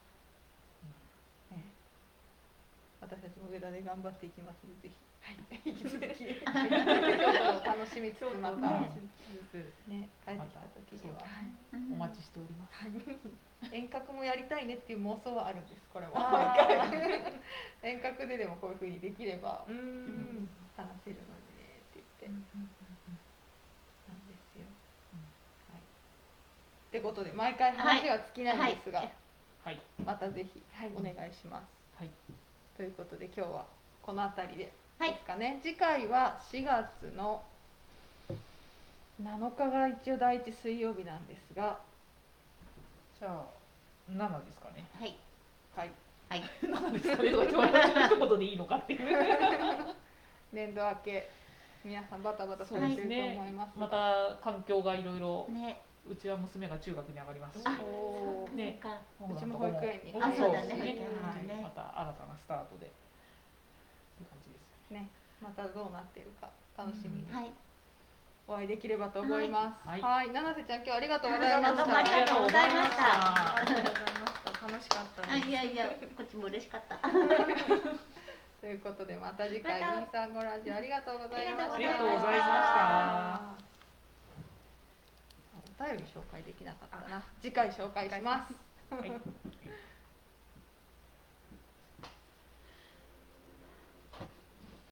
[SPEAKER 1] ね、私たちも上田で頑張っていきますので、ぜひ、はい、引き続き楽しみつつまた、ね、帰ってきた時には
[SPEAKER 2] お待ちしております。
[SPEAKER 1] 遠隔もやりたいねっていう妄想はあるんです。これ
[SPEAKER 4] あ
[SPEAKER 1] は
[SPEAKER 4] ー
[SPEAKER 1] 遠隔ででもこういう風にできれば
[SPEAKER 4] うん
[SPEAKER 1] 話せるのにねって言ってなんですよ。はい。ってことで毎回話は尽きないんですが、
[SPEAKER 2] はい。
[SPEAKER 1] またぜひお願いします。
[SPEAKER 2] はい。
[SPEAKER 1] ということで今日はこの辺りで
[SPEAKER 3] はい
[SPEAKER 1] ですかね。次回はしがつのなのかが一応第一水曜日なんですが、
[SPEAKER 2] じゃあななですかね。
[SPEAKER 3] はい
[SPEAKER 1] はい。
[SPEAKER 3] はい。
[SPEAKER 2] ななですかね。私の一言でいいのかっていう。
[SPEAKER 1] 年度明け皆さんバタバタされてると思います。
[SPEAKER 2] また環境がいろいろ
[SPEAKER 3] ね。
[SPEAKER 2] うちは娘が中学に上がりますし、
[SPEAKER 3] あ
[SPEAKER 1] おー
[SPEAKER 2] ね、
[SPEAKER 3] か
[SPEAKER 1] うちも保育園に
[SPEAKER 2] あ、そうですね。
[SPEAKER 3] ね
[SPEAKER 2] はい、また新たなスタートでって感じです
[SPEAKER 1] ね、またどうなっているか楽しみに
[SPEAKER 3] はい
[SPEAKER 1] お会いできればと思います。
[SPEAKER 2] はい
[SPEAKER 1] はい、七瀬ちゃん今日はありがとうございました。
[SPEAKER 3] どうもありがとうございました
[SPEAKER 4] ありがとうございました。楽しかったです。
[SPEAKER 3] あいやいやこっちも嬉しかった
[SPEAKER 1] ということでまた次回
[SPEAKER 3] また
[SPEAKER 1] みーさんごラジオありがとうございました。
[SPEAKER 3] ありが
[SPEAKER 2] とうございま
[SPEAKER 1] お便り紹介できなかったな。次回紹介します。
[SPEAKER 2] はい。